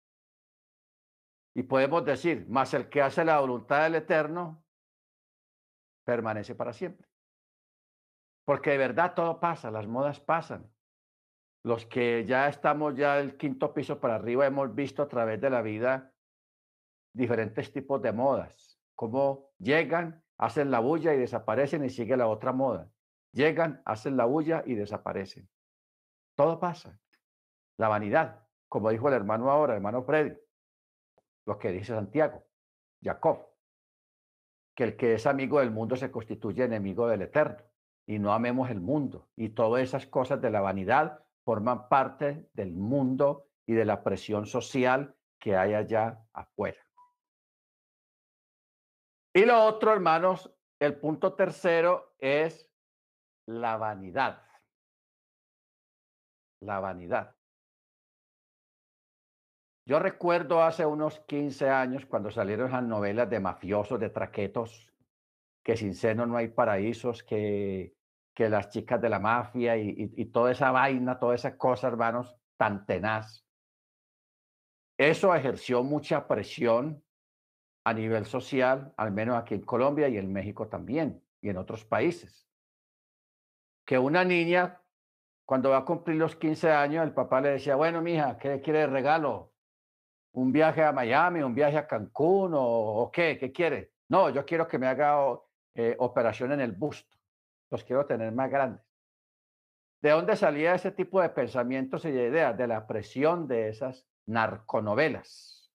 Y podemos decir, más el que hace la voluntad del Eterno permanece para siempre. Porque de verdad todo pasa, las modas pasan. Los que ya estamos ya el quinto piso para arriba hemos visto a través de la vida diferentes tipos de modas. Cómo llegan, hacen la bulla y desaparecen y sigue la otra moda. Llegan, hacen la bulla y desaparecen. Todo pasa. La vanidad, como dijo el hermano ahora, el hermano Freddy, lo que dice Santiago, Jacob, que el que es amigo del mundo se constituye enemigo del Eterno, y no amemos el mundo. Y todas esas cosas de la vanidad forman parte del mundo y de la presión social que hay allá afuera. Y lo otro, hermanos, el punto tercero es la vanidad. La vanidad. Yo recuerdo hace unos quince años cuando salieron esas novelas de mafiosos, de traquetos, que sin seno no hay paraísos, que, que las chicas de la mafia y, y, y toda esa vaina, toda esa cosa, hermanos, tan tenaz. Eso ejerció mucha presión a nivel social, al menos aquí en Colombia y en México también, y en otros países. Que una niña, cuando va a cumplir los quince años, el papá le decía, bueno, mija, ¿qué quiere de regalo? ¿Un viaje a Miami, un viaje a Cancún o, o qué? ¿Qué quiere? No, yo quiero que me haga eh, operación en el busto. Los quiero tener más grandes. ¿De dónde salía ese tipo de pensamientos y de ideas? De la presión de esas narconovelas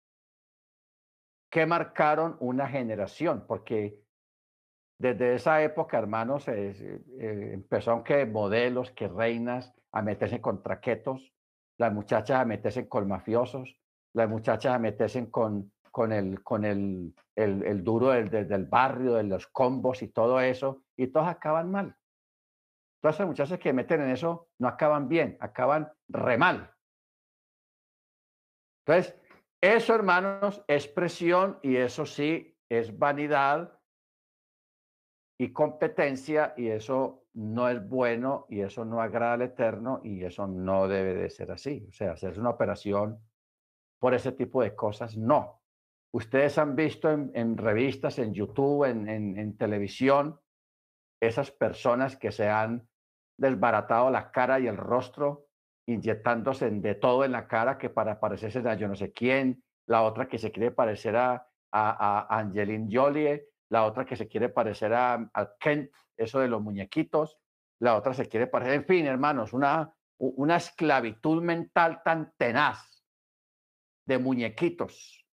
que marcaron una generación, porque desde esa época, hermanos, eh, eh, empezaron que modelos, que reinas a meterse con traquetos, las muchachas a meterse con mafiosos, las muchachas a meterse con, con, el, con el, el, el duro del, del, del barrio, de los combos y todo eso, y todos acaban mal. Todas esas muchachas que meten en eso no acaban bien, acaban re mal. Entonces, eso, hermanos, es presión y eso sí es vanidad y competencia, y eso no es bueno y eso no agrada al Eterno y eso no debe de ser así. O sea, hacerse una operación por ese tipo de cosas, no. Ustedes han visto en, en revistas, en YouTube, en, en, en televisión, esas personas que se han desbaratado la cara y el rostro, inyectándose de todo en la cara que para parecerse a yo no sé quién, la otra que se quiere parecer a, a, a Angelina Jolie, la otra que se quiere parecer a, a Kent, eso de los muñequitos, la otra se quiere parecer, en fin, hermanos, una, una esclavitud mental tan tenaz de muñequitos,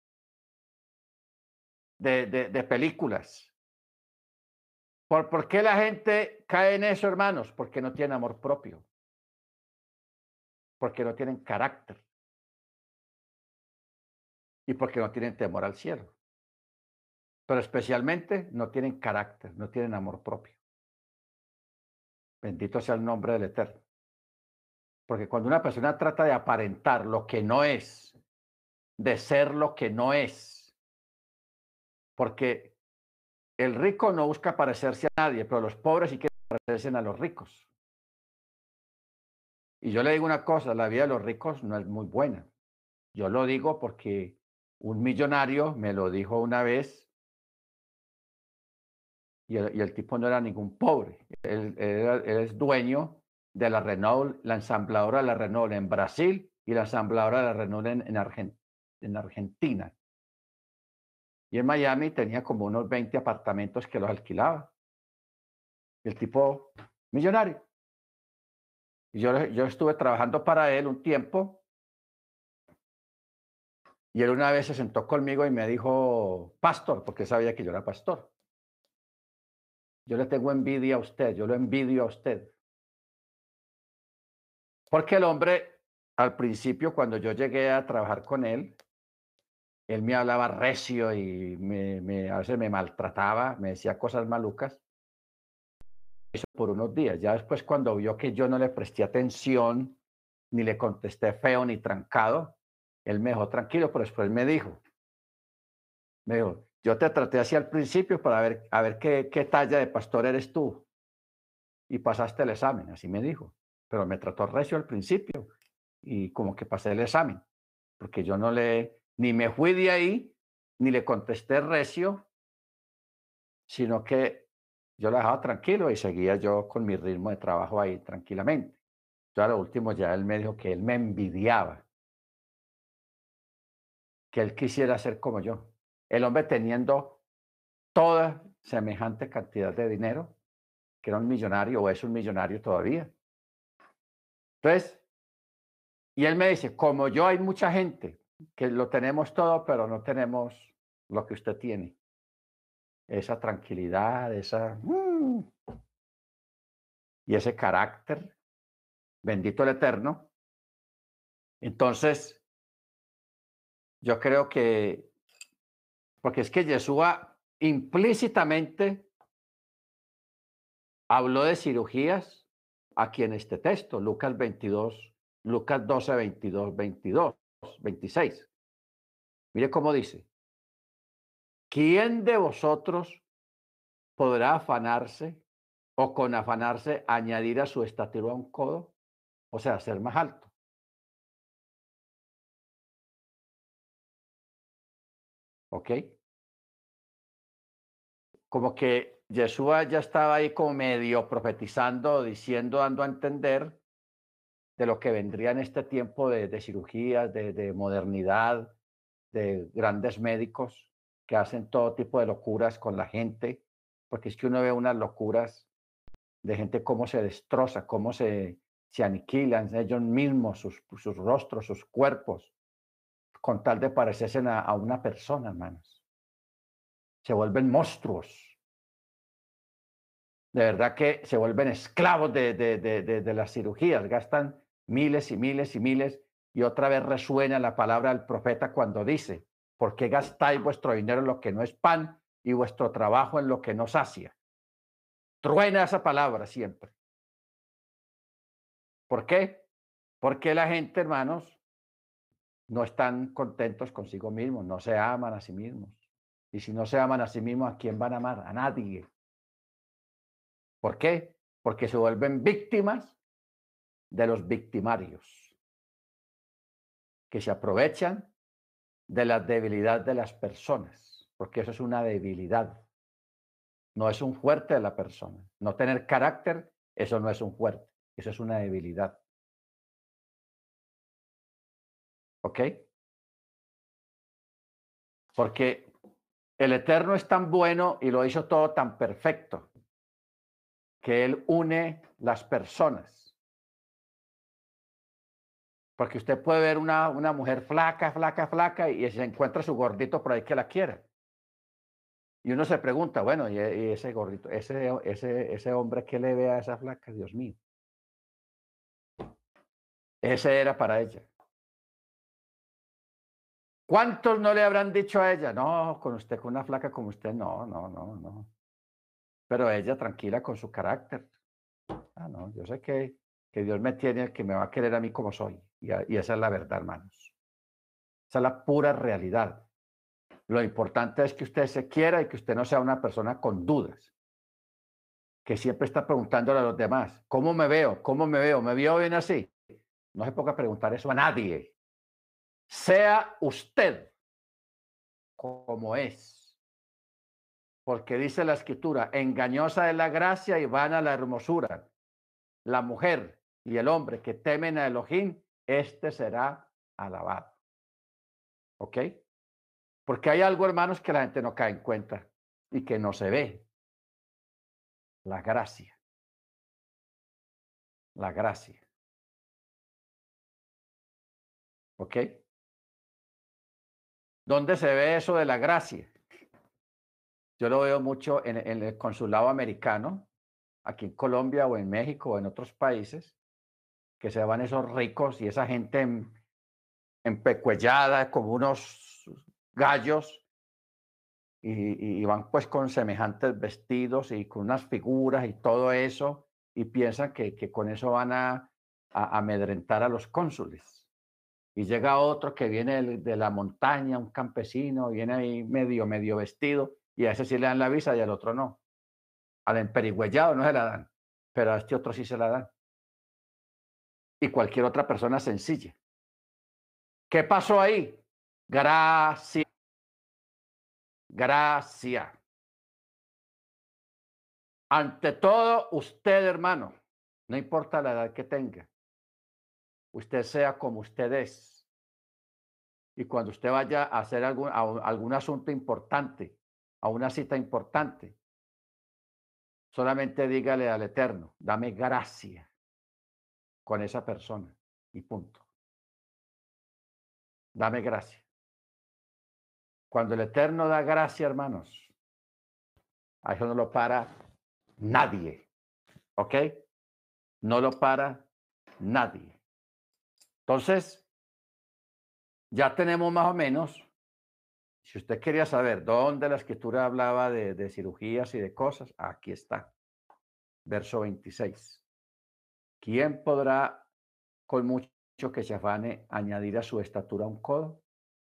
de, de, de películas. ¿Por, ¿Por qué la gente cae en eso, hermanos? Porque no tiene amor propio, porque no tienen carácter y porque no tienen temor al cielo. Pero especialmente no tienen carácter, no tienen amor propio. Bendito sea el nombre del Eterno. Porque cuando una persona trata de aparentar lo que no es, de ser lo que no es, porque el rico no busca parecerse a nadie, pero los pobres sí quieren parecerse a los ricos. Y yo le digo una cosa, la vida de los ricos no es muy buena. Yo lo digo porque un millonario me lo dijo una vez y el, y el tipo no era ningún pobre. Él, él, él es dueño de la Renault, la ensambladora de la Renault en Brasil y la ensambladora de la Renault en, en, Argent, en Argentina. Y en Miami tenía como unos veinte apartamentos que los alquilaba. El tipo millonario. Y yo, yo estuve trabajando para él un tiempo. Y él una vez se sentó conmigo y me dijo, pastor, porque sabía que yo era pastor. Yo le tengo envidia a usted, yo lo envidio a usted. Porque el hombre, al principio, cuando yo llegué a trabajar con él, él me hablaba recio y me, me, a veces me maltrataba, me decía cosas malucas. Eso por unos días. Ya después, cuando vio que yo no le presté atención, ni le contesté feo ni trancado, él me dejó tranquilo, pero después me dijo, me dijo, yo te traté así al principio para ver, a ver qué, qué talla de pastor eres tú. Y pasaste el examen, así me dijo. Pero me trató recio al principio y como que pasé el examen, porque yo no le, ni me fui de ahí, ni le contesté recio, sino que yo lo dejaba tranquilo y seguía yo con mi ritmo de trabajo ahí tranquilamente. Yo a lo último ya él me dijo que él me envidiaba, que él quisiera ser como yo. El hombre teniendo toda semejante cantidad de dinero, que era un millonario o es un millonario todavía. Entonces, y él me dice, como yo hay mucha gente que lo tenemos todo, pero no tenemos lo que usted tiene. Esa tranquilidad, esa... Mm, y ese carácter, bendito el Eterno. Entonces, yo creo que, porque es que Yeshua implícitamente habló de cirugías aquí en este texto, Lucas veintidós, Lucas doce, veintidós, veintidós. veintiséis. Mire cómo dice. ¿Quién de vosotros podrá afanarse o con afanarse añadir a su estatura un codo? O sea, ser más alto. ¿Ok? Como que Yeshua ya estaba ahí como medio profetizando, diciendo, dando a entender de lo que vendría en este tiempo de, de cirugías, de, de modernidad, de grandes médicos que hacen todo tipo de locuras con la gente, porque es que uno ve unas locuras de gente cómo se destroza, cómo se, se aniquilan ellos mismos, sus, sus rostros, sus cuerpos, con tal de parecerse a, a una persona, hermanos. Se vuelven monstruos. De verdad que se vuelven esclavos de, de, de, de, de las cirugías, gastan miles y miles y miles, y otra vez resuena la palabra del profeta cuando dice, ¿por qué gastáis vuestro dinero en lo que no es pan y vuestro trabajo en lo que no sacia? Truena esa palabra siempre. ¿Por qué? Porque la gente, hermanos, no están contentos consigo mismos, no se aman a sí mismos. Y si no se aman a sí mismos, ¿a quién van a amar? A nadie. ¿Por qué? Porque se vuelven víctimas de los victimarios, que se aprovechan de la debilidad de las personas, porque eso es una debilidad, no es un fuerte de la persona. No tener carácter, eso no es un fuerte, eso es una debilidad. ¿Ok? Porque el Eterno es tan bueno y lo hizo todo tan perfecto, que Él une las personas. Porque usted puede ver una, una mujer flaca, flaca, flaca, y se encuentra su gordito por ahí que la quiere. Y uno se pregunta, bueno, y, y ese gordito, ese, ese, ese hombre que le ve a esa flaca, Dios mío. Ese era para ella. ¿Cuántos no le habrán dicho a ella? No, con usted, con una flaca como usted, no, no, no, no. Pero ella tranquila con su carácter. Ah, no, yo sé que, que Dios me tiene, que me va a querer a mí como soy. Y, a, y esa es la verdad, hermanos. Esa es la pura realidad. Lo importante es que usted se quiera y que usted no sea una persona con dudas, que siempre está preguntándole a los demás, ¿cómo me veo? ¿Cómo me veo? ¿Me veo bien así? No se ponga a preguntar eso a nadie. Sea usted como es. Porque dice la Escritura, engañosa es la gracia y vana la hermosura. La mujer y el hombre que temen a Elohim, este será alabado. ¿Ok? Porque hay algo, hermanos, que la gente no cae en cuenta y que no se ve. La gracia. La gracia. ¿Ok? ¿Dónde se ve eso de la gracia? Yo lo veo mucho en, en el consulado americano, aquí en Colombia o en México o en otros países, que se van esos ricos y esa gente en, empecuellada como unos gallos y, y van pues con semejantes vestidos y con unas figuras y todo eso y piensan que, que con eso van a, a amedrentar a los cónsules. Y llega otro que viene de, de la montaña, un campesino, viene ahí medio, medio vestido y a ese sí le dan la visa y al otro no. Al emperigüellado no se la dan, pero a este otro sí se la dan. Y cualquier otra persona sencilla. ¿Qué pasó ahí? Gracia. Gracia. Ante todo, usted, hermano, no importa la edad que tenga, usted sea como usted es. Y cuando usted vaya a hacer algún, a algún asunto importante, a una cita importante, solamente dígale al Eterno, dame gracia con esa persona y punto. Dame gracia. Cuando el Eterno da gracia, hermanos, a eso no lo para nadie. ¿Ok? No lo para nadie. Entonces, ya tenemos más o menos, si usted quería saber dónde la Escritura hablaba de, de cirugías y de cosas, aquí está. Verso veintiséis. ¿Quién podrá con mucha que se afane añadir a su estatura un codo.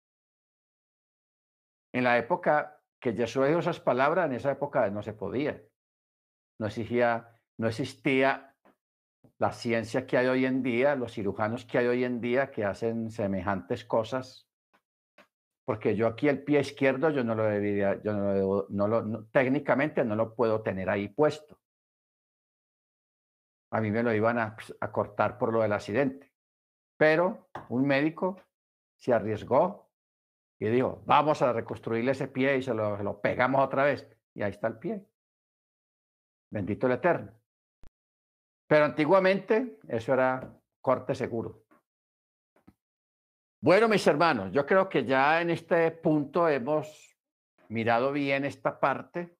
En la época que Jesús dijo esas palabras, en esa época no se podía. No existía, no existía la ciencia que hay hoy en día, los cirujanos que hay hoy en día que hacen semejantes cosas. Porque yo aquí el pie izquierdo, yo no lo debería, yo no lo debo, no lo, no, técnicamente no lo puedo tener ahí puesto. A mí me lo iban a, a cortar por lo del accidente. Pero un médico se arriesgó y dijo, vamos a reconstruirle ese pie y se lo, se lo pegamos otra vez. Y ahí está el pie. Bendito el Eterno. Pero antiguamente eso era corte seguro. Bueno, mis hermanos, yo creo que ya en este punto hemos mirado bien esta parte.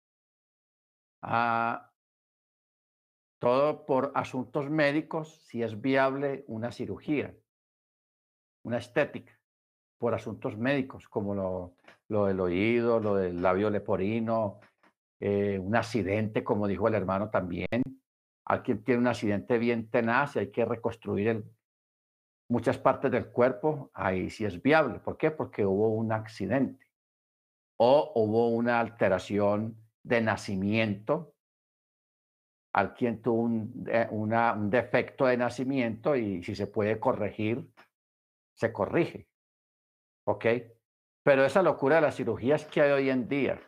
Ah, todo por asuntos médicos, si es viable una cirugía, una estética, por asuntos médicos, como lo, lo del oído, lo del labio leporino, eh, un accidente, como dijo el hermano también. Alguien tiene un accidente bien tenaz y hay que reconstruir el, muchas partes del cuerpo, ahí sí es viable. ¿Por qué? Porque hubo un accidente o hubo una alteración de nacimiento. Alguien tuvo un, una, un defecto de nacimiento y si se puede corregir, se corrige. ¿Ok? Pero esa locura de las cirugías que hay hoy en día,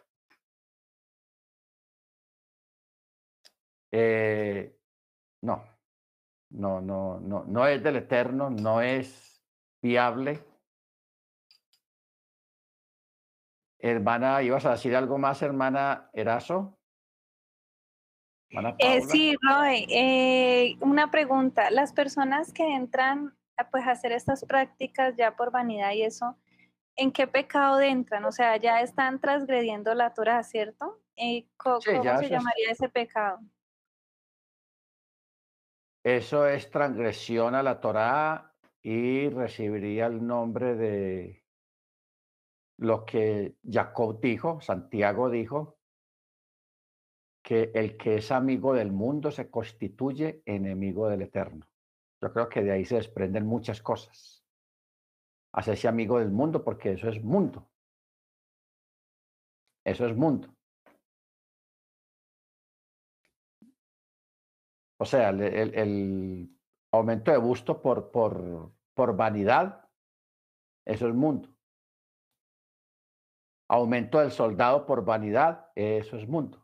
eh, no, no, no, no, no es del Eterno, no es viable. Hermana, ¿ibas a decir algo más, hermana Erazo? Hermana Eh, Paula. sí, Roy, eh, una pregunta. Las personas que entran a, pues, a hacer estas prácticas ya por vanidad y eso, ¿en qué pecado entran? O sea, ya están transgrediendo la Torá, ¿cierto? Eh, co- Sí, ¿Cómo ya se eso es, llamaría ese pecado? eso es transgresión a la Torá y recibiría el nombre de lo que Jacob dijo, Santiago dijo, que el que es amigo del mundo se constituye enemigo del Eterno. Yo creo que de ahí se desprenden muchas cosas. Hacerse amigo del mundo porque eso es mundo. Eso es mundo. O sea, el, el, el aumento de busto por, por, por vanidad, eso es mundo. Aumento del soldado por vanidad, eso es mundo.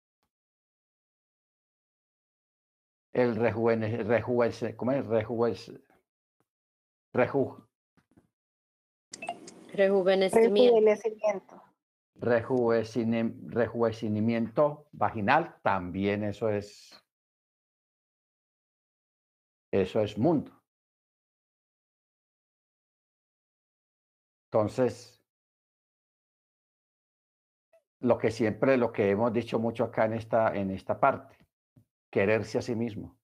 El rejuvenec, rejuvenec, ¿cómo es? Rejuvenec, reju, Rejuvenecimiento. Rejuvenecimiento. rejuvenecimiento, rejuvenecimiento vaginal, también eso es, eso es mundo. Entonces, lo que siempre, lo que hemos dicho mucho acá en esta, en esta parte, quererse a sí mismo.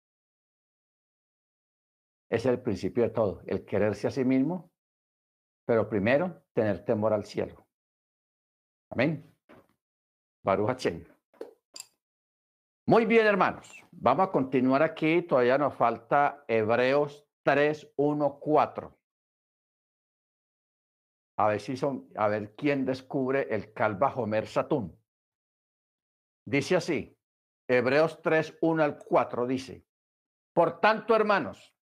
Es el principio de todo, el quererse a sí mismo, pero primero tener temor al cielo. Amén. Baruch Hashem. Muy bien, hermanos. Vamos a continuar aquí. Todavía nos falta Hebreos tres, uno, cuatro. A ver si son, a ver quién descubre el Calva Homer Satún. Dice así, Hebreos tres, uno al cuatro dice, por tanto, hermanos,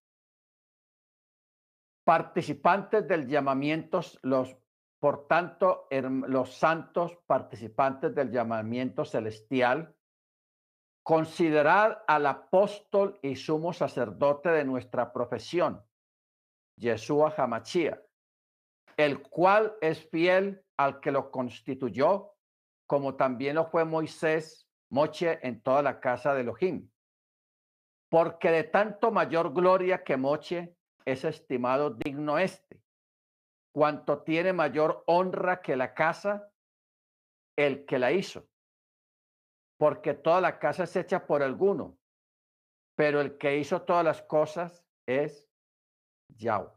participantes del llamamiento, los, por tanto, los santos participantes del llamamiento celestial, considerad al apóstol y sumo sacerdote de nuestra profesión, Yeshua Hamashia, el cual es fiel al que lo constituyó, como también lo fue Moisés, Moche en toda la casa de Elohim. Porque de tanto mayor gloria que Moche es estimado digno este, cuanto tiene mayor honra que la casa, el que la hizo. Porque toda la casa es hecha por alguno, pero el que hizo todas las cosas es Yahweh.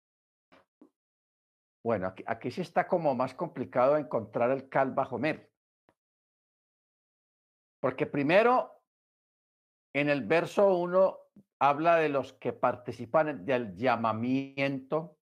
Bueno, aquí, aquí sí está como más complicado encontrar el Calva Homer. Porque primero, en el verso uno habla de los que participan del llamamiento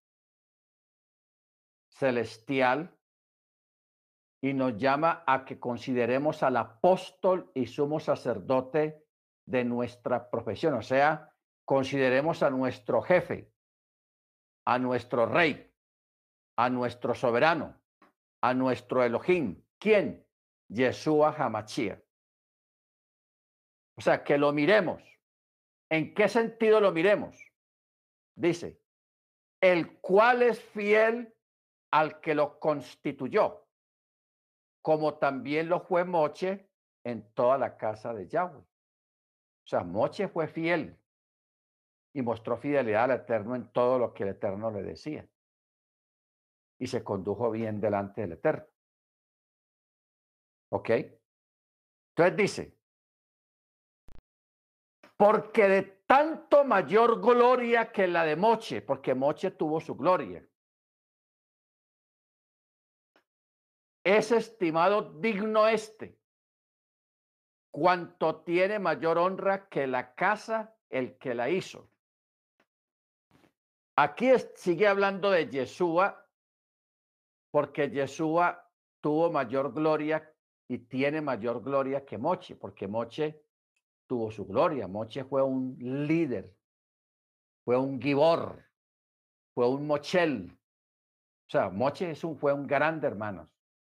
celestial y nos llama a que consideremos al apóstol y sumo sacerdote de nuestra profesión. O sea, consideremos a nuestro jefe, a nuestro rey, a nuestro soberano, a nuestro Elohim. ¿Quién? Yeshua HaMashiach. O sea, que lo miremos. ¿En qué sentido lo miremos? Dice, el cual es fiel al que lo constituyó, como también lo fue Moche en toda la casa de Yahweh. O sea, Moche fue fiel y mostró fidelidad al Eterno en todo lo que el Eterno le decía. Y se condujo bien delante del Eterno. ¿Ok? Entonces dice, porque de tanto mayor gloria que la de Moche, porque Moche tuvo su gloria, es estimado digno este, cuanto tiene mayor honra que la casa el que la hizo. Aquí es, sigue hablando de Yeshua, porque Yeshua tuvo mayor gloria y tiene mayor gloria que Moche, porque Moche tuvo su gloria. Moche fue un líder, fue un gibor, fue un mochel. O sea, Moche es un, fue un grande, hermanos.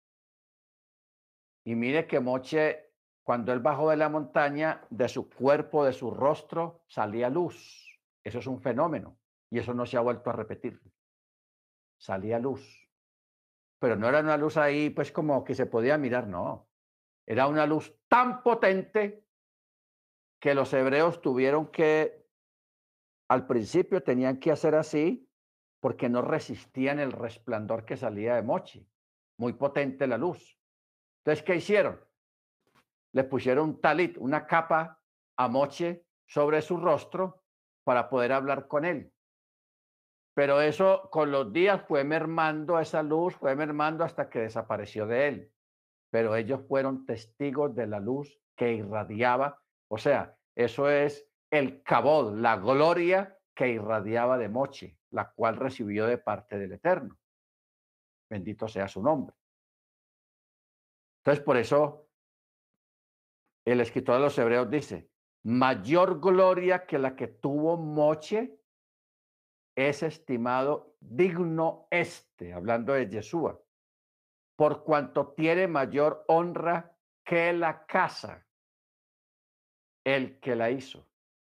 Y mire que Moche, cuando él bajó de la montaña, de su cuerpo, de su rostro, salía luz. Eso es un fenómeno. Y eso no se ha vuelto a repetir. Salía luz. Pero no era una luz ahí, pues como que se podía mirar, no. Era una luz tan potente que los hebreos tuvieron que, al principio tenían que hacer así, porque no resistían el resplandor que salía de Moche. Muy potente la luz. Entonces, ¿qué hicieron? Le pusieron un talit, una capa a Moche sobre su rostro para poder hablar con él. Pero eso con los días fue mermando esa luz, fue mermando hasta que desapareció de él. Pero ellos fueron testigos de la luz que irradiaba. O sea, eso es el kabod, la gloria que irradiaba de Moche, la cual recibió de parte del Eterno. Bendito sea su nombre. Entonces, por eso el escritor de los Hebreos dice, mayor gloria que la que tuvo Moche es estimado digno este, hablando de Yeshua, por cuanto tiene mayor honra que la casa, el que la hizo.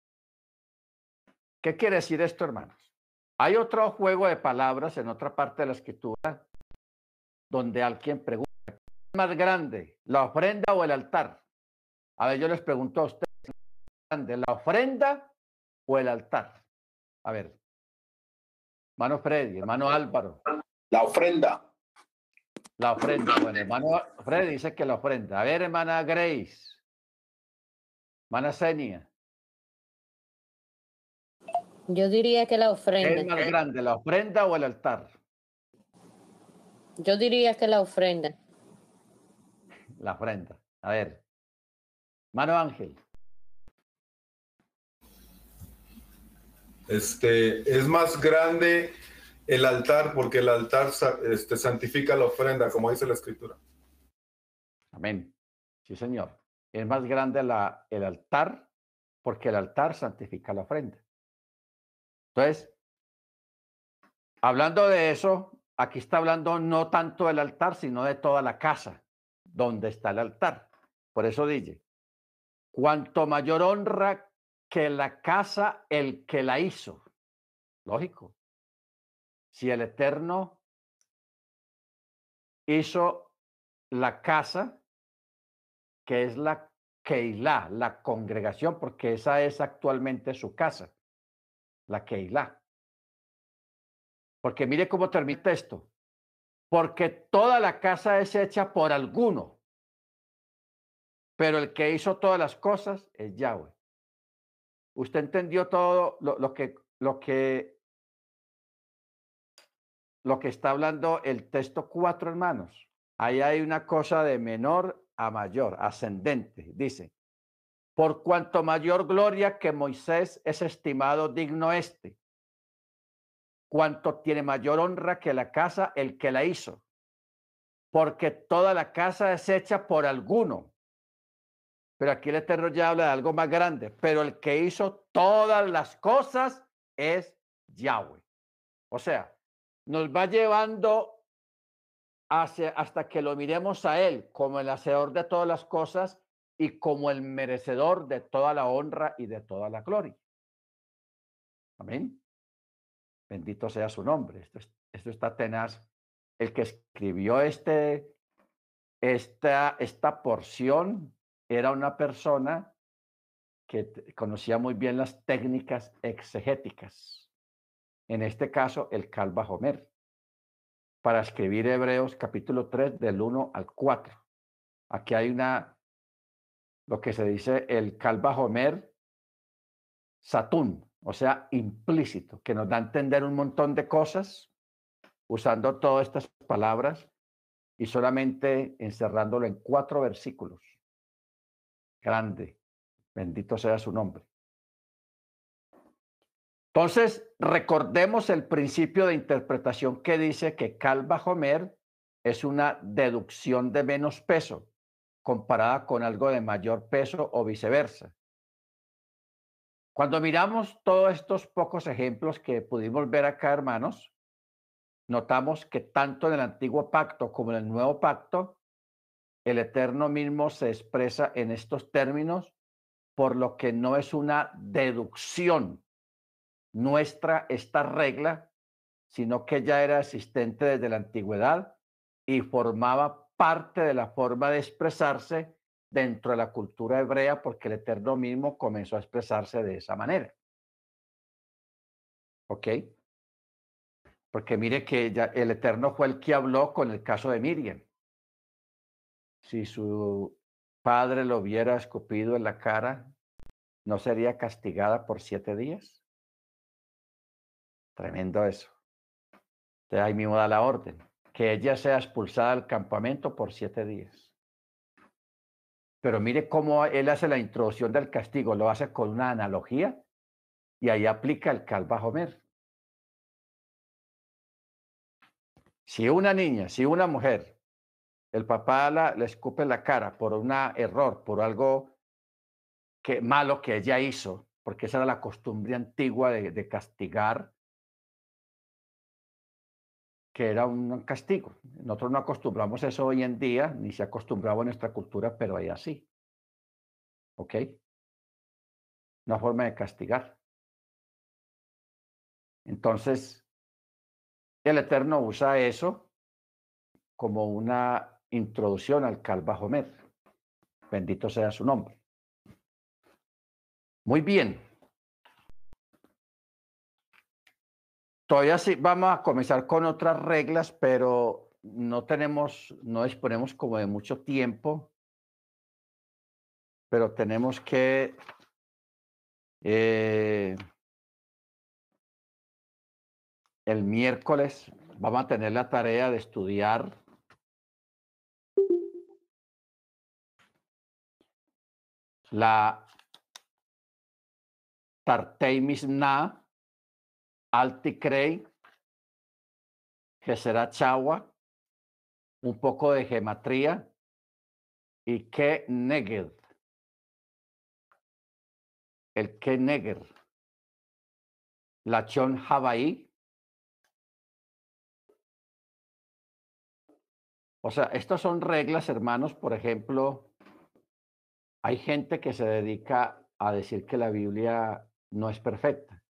¿Qué quiere decir esto, hermanos? Hay otro juego de palabras en otra parte de la escritura donde alguien pregunta, ¿qué es más grande, la ofrenda o el altar? A ver, yo les pregunto a ustedes, ¿qué es más grande, la ofrenda o el altar? A ver, hermano Freddy, hermano Álvaro. La ofrenda. La ofrenda. Bueno, hermano Freddy dice que la ofrenda. A ver, hermana Grace. Hermana Senia. Yo diría que la ¿Qué ofrenda. es más grande, la ofrenda o el altar? Yo diría que la ofrenda. La ofrenda. A ver. Hermano Ángel. Este, es más grande el altar porque el altar este, santifica la ofrenda, como dice la escritura. Amén. Sí, señor. Es más grande la, el altar porque el altar santifica la ofrenda. Entonces, hablando de eso, aquí está hablando no tanto del altar, sino de toda la casa donde está el altar. Por eso dice, cuanto mayor honra que la casa el que la hizo. Lógico. Si el Eterno hizo la casa, que es la Keilah, la congregación, porque esa es actualmente su casa, la Keilah. Porque mire cómo termina esto. Porque toda la casa es hecha por alguno, pero el que hizo todas las cosas es Yahweh. ¿Usted entendió todo lo, lo que lo que lo que está hablando el texto cuatro, hermanos? Ahí hay una cosa de menor a mayor, ascendente. Dice, Por cuanto mayor gloria que Moisés es estimado digno este, cuanto tiene mayor honra que la casa el que la hizo, porque toda la casa es hecha por alguno. Pero aquí el Eterno ya habla de algo más grande, pero el que hizo todas las cosas es Yahweh. O sea, nos va llevando hacia, hasta que lo miremos a Él como el hacedor de todas las cosas y como el merecedor de toda la honra y de toda la gloria. Amén. Bendito sea su nombre. Esto, es, esto está tenaz. El que escribió este, esta, esta porción era una persona que conocía muy bien las técnicas exegéticas. En este caso, el Kal Vajomer, para escribir Hebreos capítulo tres del uno al cuatro. Aquí hay una, lo que se dice el Kal Vajomer Satún, o sea, implícito, que nos da a entender un montón de cosas usando todas estas palabras y solamente encerrándolo en cuatro versículos. Grande, bendito sea su nombre. Entonces, recordemos el principio de interpretación que dice que Kal Vajomer es una deducción de menos peso comparada con algo de mayor peso o viceversa. Cuando miramos todos estos pocos ejemplos que pudimos ver acá, hermanos, notamos que tanto en el antiguo pacto como en el nuevo pacto, el Eterno mismo se expresa en estos términos, por lo que no es una deducción nuestra esta regla, sino que ya era existente desde la antigüedad y formaba parte de la forma de expresarse dentro de la cultura hebrea, porque el Eterno mismo comenzó a expresarse de esa manera. ¿Ok? Porque mire que ya el Eterno fue el que habló con el caso de Miriam. Si su padre lo hubiera escupido en la cara, ¿no sería castigada por siete días? Tremendo eso. Entonces ahí mismo da la orden, que ella sea expulsada del campamento por siete días. Pero mire cómo él hace la introducción del castigo, lo hace con una analogía y ahí aplica el Kal Vajomer. Si una niña, si una mujer, el papá la, le escupe la cara por un error, por algo que, malo que ella hizo, porque esa era la costumbre antigua de, de castigar, que era un castigo. Nosotros no acostumbramos eso hoy en día, ni se acostumbraba en nuestra cultura, pero ahí así. ¿Ok? Una forma de castigar. Entonces, el Eterno usa eso como una introducción al Kal Vajomer. Bendito sea su nombre. Muy bien. Todavía sí vamos a comenzar con otras reglas, pero no tenemos, no disponemos como de mucho tiempo, pero tenemos que eh, el miércoles vamos a tener la tarea de estudiar la Tartei Mishnah, Alticrei, Gesera Chawa, un poco de gematría y Ke Neged. El Ke Neged, la Chon Hawaii. O sea, estas son reglas, hermanos. Por ejemplo, hay gente que se dedica a decir que la Biblia no es perfecta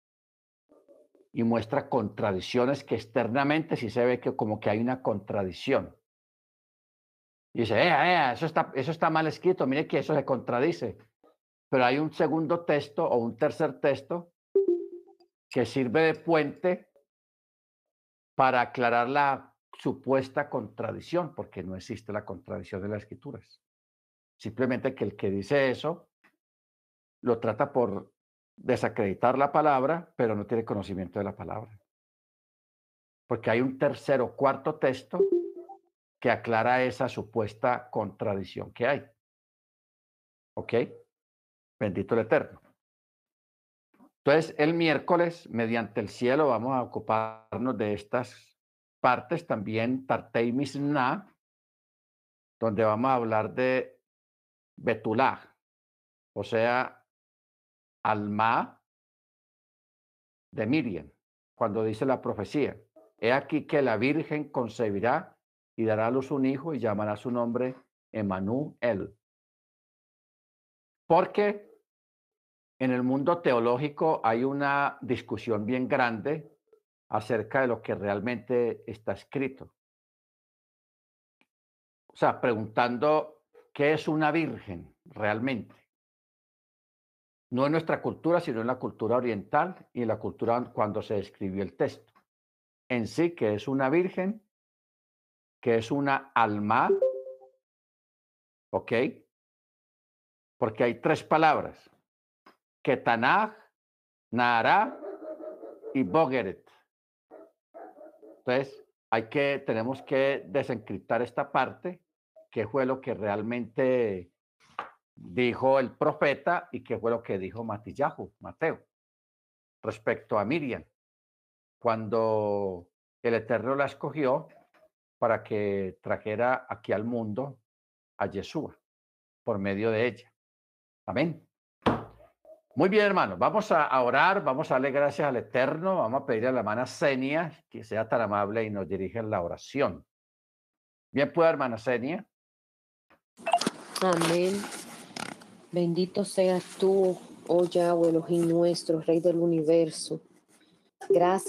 y muestra contradicciones que externamente sí se ve que como que hay una contradicción. Y dice, eh, eh, eso está, eso está mal escrito, mire que eso se contradice. Pero hay un segundo texto o un tercer texto que sirve de puente para aclarar la supuesta contradicción, porque no existe la contradicción de las escrituras. Simplemente que el que dice eso lo trata por desacreditar la palabra, pero no tiene conocimiento de la palabra. Porque hay un tercer o cuarto texto que aclara esa supuesta contradicción que hay. ¿Ok? Bendito el Eterno. Entonces, el miércoles, mediante el cielo, vamos a ocuparnos de estas partes también, Tartei Mishnah, donde vamos a hablar de Betulá, o sea, Alma de Miriam, cuando dice la profecía. He aquí que la Virgen concebirá y dará a luz un hijo y llamará su nombre Emanuel. Porque en el mundo teológico hay una discusión bien grande acerca de lo que realmente está escrito. O sea, preguntando qué es una virgen realmente. No en nuestra cultura, sino en la cultura oriental y en la cultura cuando se escribió el texto. En sí, que es una virgen, que es una alma, ¿ok? Porque hay tres palabras, Ketanah, Nahara y Bogeret. Entonces, hay que, tenemos que desencriptar esta parte, qué fue lo que realmente dijo el profeta y qué fue lo que dijo Matillahu, Mateo, respecto a Miriam, cuando el Eterno la escogió para que trajera aquí al mundo a Yeshua por medio de ella. Amén. Muy bien, hermanos, vamos a orar, vamos a darle gracias al Eterno, vamos a pedirle a la hermana Senia que sea tan amable y nos dirija en la oración. Bien, pues, hermana Senia. Amén. Bendito seas tú, oh Yahweh, Elohim nuestro, Rey del universo. Gracias.